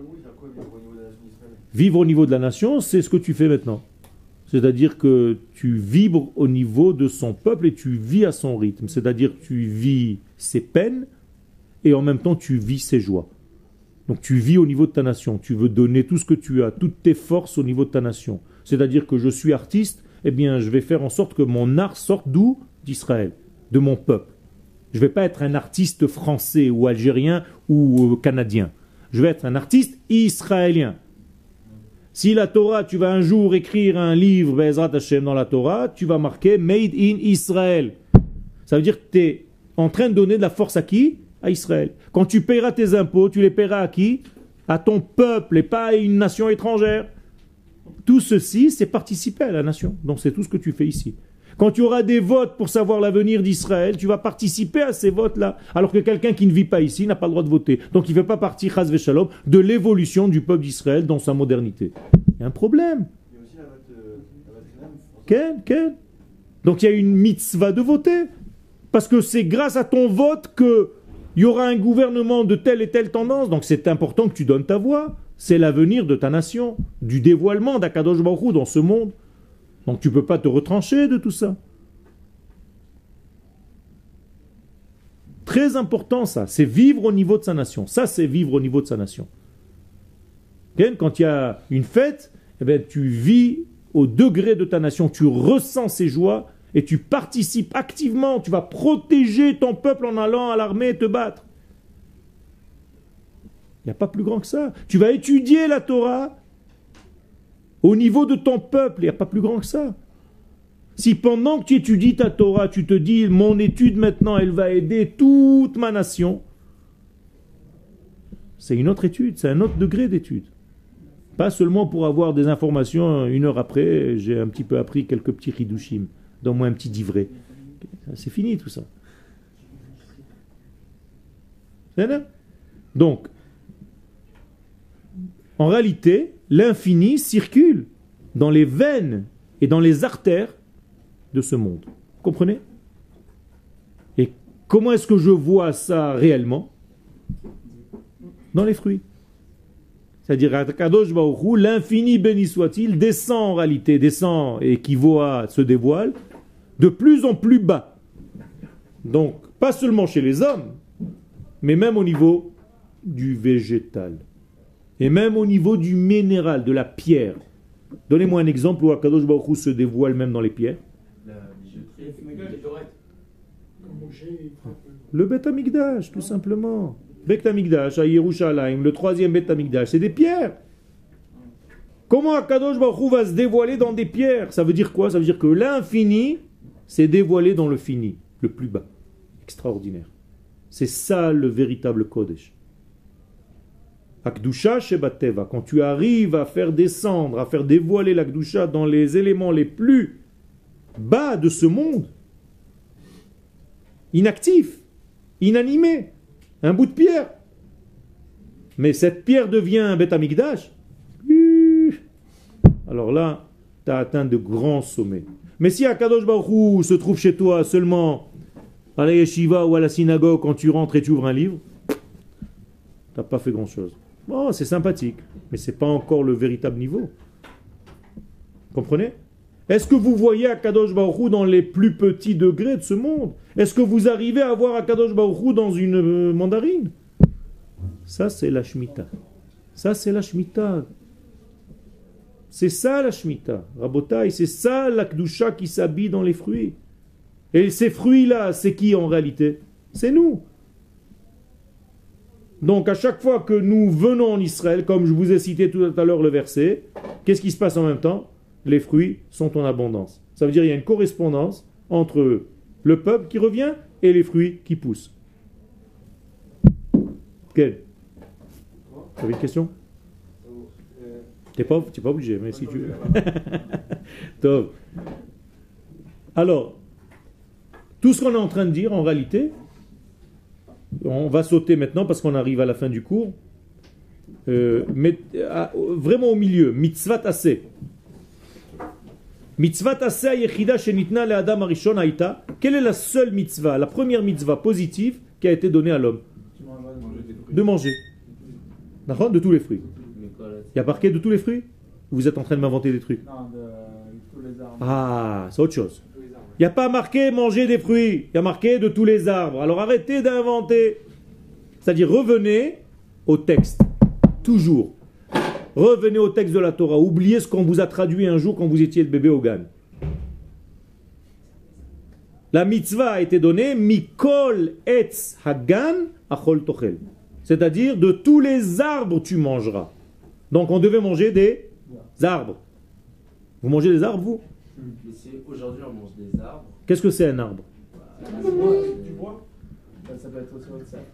Vivre au niveau de la nation, c'est ce que tu fais maintenant. C'est-à-dire que tu vibres au niveau de son peuple et tu vis à son rythme. C'est-à-dire que tu vis ses peines et en même temps tu vis ses joies. Donc tu vis au niveau de ta nation. Tu veux donner tout ce que tu as, toutes tes forces au niveau de ta nation. C'est-à-dire que je suis artiste, eh bien je vais faire en sorte que mon art sorte d'où ? D'Israël, de mon peuple. Je ne vais pas être un artiste français ou algérien ou canadien. Je vais être un artiste israélien. Si la Torah, tu vas un jour écrire un livre, Be'ezrat Hashem, dans la Torah, tu vas marquer Made in Israel. Ça veut dire que tu es en train de donner de la force à qui ? À Israël. Quand tu paieras tes impôts, tu les paieras à qui ? À ton peuple et pas à une nation étrangère. Tout ceci, c'est participer à la nation. Donc c'est tout ce que tu fais ici. Quand tu auras des votes pour savoir l'avenir d'Israël, tu vas participer à ces votes-là. Alors que quelqu'un qui ne vit pas ici n'a pas le droit de voter. Donc il ne fait pas partie, chas v'shalom, de l'évolution du peuple d'Israël dans sa modernité. Il y a un problème. Il y a aussi la vote Quel. Donc il y a une mitzvah de voter. Parce que c'est grâce à ton vote qu'il y aura un gouvernement de telle et telle tendance. Donc c'est important que tu donnes ta voix. C'est l'avenir de ta nation, du dévoilement d'Akadosh Baruch Hu dans ce monde. Donc tu ne peux pas te retrancher de tout ça. Très important ça, c'est vivre au niveau de sa nation. Ça c'est vivre au niveau de sa nation. Quand il y a une fête, eh bien, tu vis au degré de ta nation, tu ressens ses joies et tu participes activement, tu vas protéger ton peuple en allant à l'armée et te battre. Il n'y a pas plus grand que ça. Tu vas étudier la Torah au niveau de ton peuple, il n'y a pas plus grand que ça. Si pendant que tu étudies ta Torah, tu te dis, mon étude maintenant, elle va aider toute ma nation, c'est une autre étude, c'est un autre degré d'étude. Pas seulement pour avoir des informations, une heure après, j'ai un petit peu appris quelques petits hidushim, donne-moi un petit divrei. C'est fini tout ça. Donc, en réalité, l'infini circule dans les veines et dans les artères de ce monde. Vous comprenez ? Et comment est-ce que je vois ça réellement ? Dans les fruits. C'est-à-dire, Akadosh Baruch Hu, l'infini béni soit-il, descend en réalité, descend et équivaut à se dévoile, de plus en plus bas. Donc, pas seulement chez les hommes, mais même au niveau du végétal. Et même au niveau du minéral, de la pierre. Donnez-moi un exemple où Akadosh Baruch Hu se dévoile même dans les pierres. Le Beth Amikdash, tout simplement. Beth Amikdash, à Yerushalayim, le troisième Beth Amikdash, c'est des pierres. Comment Akadosh Baruch Hu va se dévoiler dans des pierres ? Ça veut dire quoi ? Ça veut dire que l'infini s'est dévoilé dans le fini, le plus bas. Extraordinaire. C'est ça le véritable Kodesh. Akdusha Shebateva, quand tu arrives à faire descendre, à faire dévoiler l'Akdusha dans les éléments les plus bas de ce monde, inactif, inanimé, un bout de pierre. Mais cette pierre devient un Beth Amikdash. Alors là, tu as atteint de grands sommets. Mais si Akadosh Baruch Hu se trouve chez toi seulement à la yeshiva ou à la synagogue quand tu rentres et tu ouvres un livre, tu n'as pas fait grand-chose. Bon, c'est sympathique, mais ce n'est pas encore le véritable niveau. Comprenez ? Est-ce que vous voyez Akadosh Baruch Hu dans les plus petits degrés de ce monde ? Est-ce que vous arrivez à voir Akadosh Baruch Hu dans une mandarine ? Ça, c'est la Shemitah. Ça, c'est la Shemitah. C'est ça la Shemitah. Rabotai, c'est ça la Kedusha qui s'habille dans les fruits. Et ces fruits-là, c'est qui en réalité ? C'est nous. Donc à chaque fois que nous venons en Israël, comme je vous ai cité tout à l'heure le verset, qu'est-ce qui se passe en même temps ? Les fruits sont en abondance. Ça veut dire qu'il y a une correspondance entre le peuple qui revient et les fruits qui poussent. Quel ? Vous avez une question ? Tu n'es pas obligé, mais si tu veux. Alors, Tout ce qu'on est en train de dire, en réalité, on va sauter maintenant parce qu'on arrive à la fin du cours, mais vraiment au milieu, mitzvat aseh. Mitzvat aseh yechida shenitna le adam arishon haïta. Quelle est la seule mitzvah, la première mitzvah positive qui a été donnée à l'homme? De manger. D'accord? De tous les fruits. Il y a marqué de tous les fruits? Vous êtes en train de m'inventer des trucs? Non, de tous les arbres. Ah, c'est autre chose. Il n'y a pas marqué manger des fruits, il y a marqué de tous les arbres. Alors arrêtez d'inventer. C'est-à-dire revenez au texte. Toujours. Revenez au texte de la Torah. Oubliez ce qu'on vous a traduit un jour quand vous étiez le bébé au Gan. La mitzvah a été donnée Mikol etz hagan achol tochel. C'est-à-dire de tous les arbres tu mangeras. Donc on devait manger des arbres. Vous mangez des arbres, vous? Mais si aujourd'hui on mange des arbres. Qu'est-ce que c'est un arbre? Du bois. Ça peut être aussi autre ça.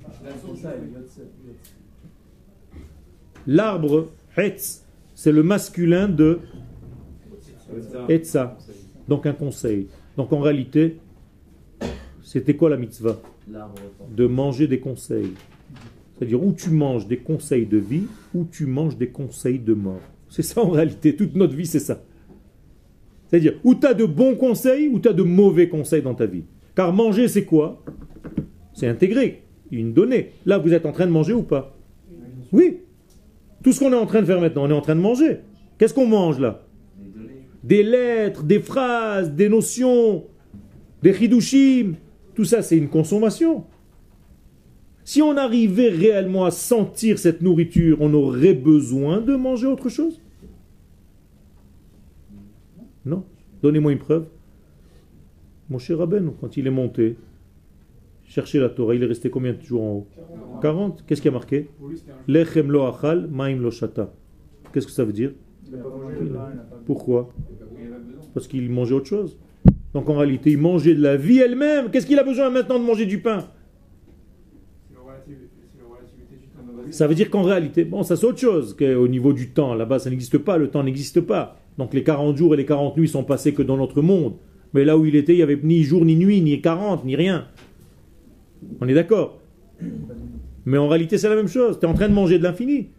L'arbre, Hetz, c'est le masculin de Etza. Donc un conseil. Donc en réalité, c'était quoi la mitzvah? De manger des conseils. C'est-à-dire où tu manges des conseils de vie, ou tu manges des conseils de mort. C'est ça en réalité, toute notre vie c'est ça. C'est-à-dire où tu as de bons conseils, ou tu as de mauvais conseils dans ta vie. Car manger c'est quoi? C'est intégrer, une donnée. Là vous êtes en train de manger ou pas? Oui. Tout ce qu'on est en train de faire maintenant, on est en train de manger. Qu'est-ce qu'on mange là? Des lettres, des phrases, des notions, des chidushim. Tout ça c'est une consommation. Si on arrivait réellement à sentir cette nourriture, on aurait besoin de manger autre chose? Non. Donnez-moi une preuve. Moshe Rabbeinu, quand il est monté, chercher la Torah, il est resté combien de jours en haut? 40. Qu'est-ce qui a marqué? Lechem lo achal, maim lo shata. Qu'est-ce que ça veut dire? Pourquoi? Parce qu'il mangeait autre chose. Donc en réalité, il mangeait de la vie elle-même. Qu'est-ce qu'il a besoin maintenant de manger du pain? Ça veut dire qu'en réalité, bon, ça c'est autre chose qu'au niveau du temps. Là-bas, ça n'existe pas, le temps n'existe pas. Donc les 40 jours et les 40 nuits sont passés que dans notre monde. Mais là où il était, il n'y avait ni jour, ni nuit, ni 40, ni rien. On est d'accord? Mais en réalité, c'est la même chose. Tu es en train de manger de l'infini.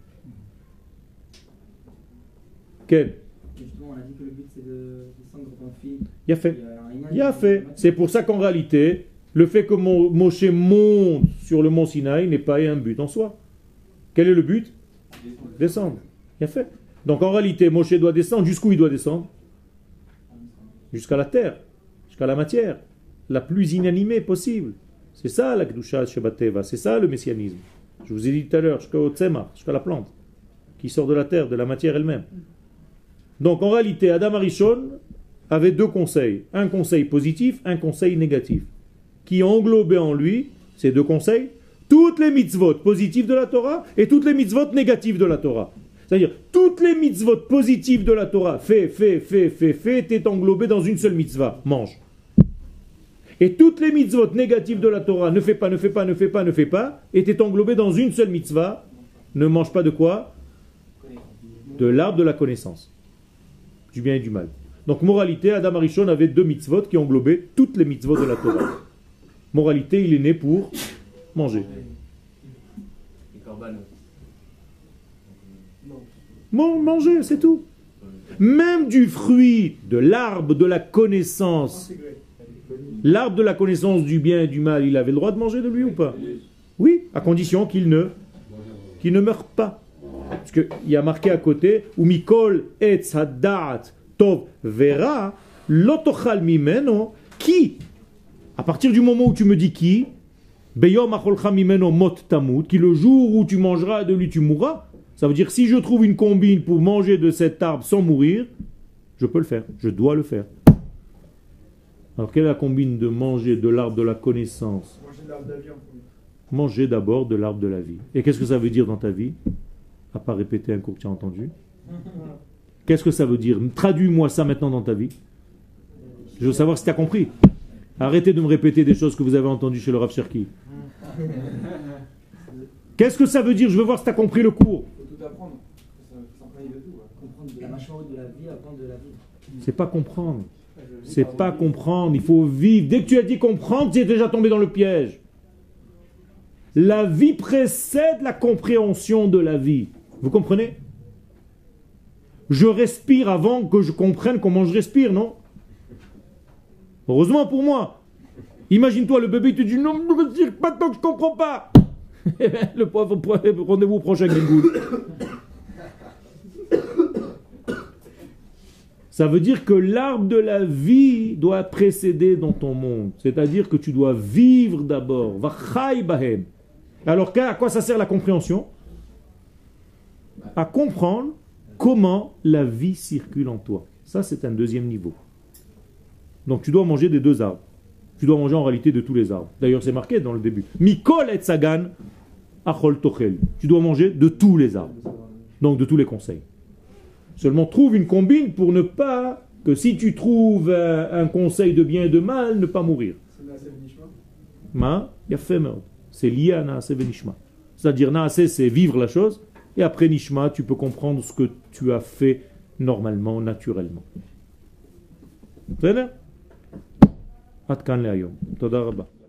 Quel? Justement, on a dit que le but c'est de descendre ton fils. Il a fait. Il a fait. C'est pour ça qu'en réalité, le fait que Moshe monte sur le mont Sinaï n'est pas un but en soi. Quel est le but? Descendre. Il a fait. Donc en réalité, Moshe doit descendre. Jusqu'où il doit descendre? Jusqu'à la terre, jusqu'à la matière, la plus inanimée possible. C'est ça la Kedusha Shebateva, c'est ça le messianisme. Je vous ai dit tout à l'heure, jusqu'au Tzemach, jusqu'à la plante, qui sort de la terre, de la matière elle-même. Donc en réalité, Adam Arishon avait deux conseils. Un conseil positif, un conseil négatif. Qui englobait en lui, ces deux conseils, toutes les mitzvot positives de la Torah et toutes les mitzvot négatives de la Torah. C'est-à-dire, toutes les mitzvot positives de la Torah, fais, t'es englobé dans une seule mitzvah, mange. Et toutes les mitzvot négatives de la Torah, ne fais pas, et t'es englobé dans une seule mitzvah, ne mange pas de quoi? De l'arbre de la connaissance, du bien et du mal. Donc, moralité, Adam Arishon avait deux mitzvot qui englobaient toutes les mitzvot de la Torah. Moralité, il est né pour manger. Manger, c'est tout. Même du fruit de l'arbre de la connaissance, l'arbre de la connaissance du bien et du mal, il avait le droit de manger de lui ou pas? Oui, à condition qu'il ne meure pas. Parce qu'il y a marqué à côté, ou mikol etz hadat tov vera lotochal mimeno, qui, à partir du moment où tu me dis qui, beyom acholcha mimeno mot tamut, qui le jour où tu mangeras de lui tu mourras. Ça veut dire si je trouve une combine pour manger de cet arbre sans mourir, je peux le faire, je dois le faire. Alors quelle est la combine de manger de l'arbre de la connaissance? Manger de l'arbre de la vie en premier. Manger d'abord de l'arbre de la vie. Et qu'est-ce que ça veut dire dans ta vie? À part répéter un cours que tu as entendu. Qu'est-ce que ça veut dire? Traduis-moi ça maintenant dans ta vie. Je veux savoir si tu as compris. Arrêtez de me répéter des choses que vous avez entendues chez le Rav Cherki. Qu'est-ce que ça veut dire? Je veux voir si tu as compris le cours. Faut tout apprendre. s'employer de tout. Comprendre de la mâchoire de la vie, apprendre de la vie. C'est pas comprendre. C'est pas comprendre. Il faut vivre. Dès que tu as dit comprendre, tu es déjà tombé dans le piège. La vie précède la compréhension de la vie. Vous comprenez? Je respire avant que je comprenne comment je respire, non? Heureusement pour moi. Imagine-toi, le bébé te dit non, ne me dis pas tant que je comprends pas. Le pauvre, rendez-vous au prochain Glengoul. Ça veut dire que l'arbre de la vie doit précéder dans ton monde. C'est-à-dire que tu dois vivre d'abord. Vachai bahem. Alors, à quoi ça sert la compréhension? À comprendre comment la vie circule en toi. Ça, c'est un deuxième niveau. Donc, tu dois manger des deux arbres. Tu dois manger en réalité de tous les arbres. D'ailleurs, c'est marqué dans le début. Mikol et sagan, achol tochel. Tu dois manger de tous les arbres. Donc, de tous les conseils. Seulement, trouve une combine pour ne pas, que si tu trouves un conseil de bien et de mal, ne pas mourir. C'est lié à Naaseh Venishma. C'est-à-dire, Naaseh, c'est vivre la chose, et après Nishma, tu peux comprendre ce que tu as fait normalement, naturellement. C'est bien? עד כאן להיום. תודה רבה.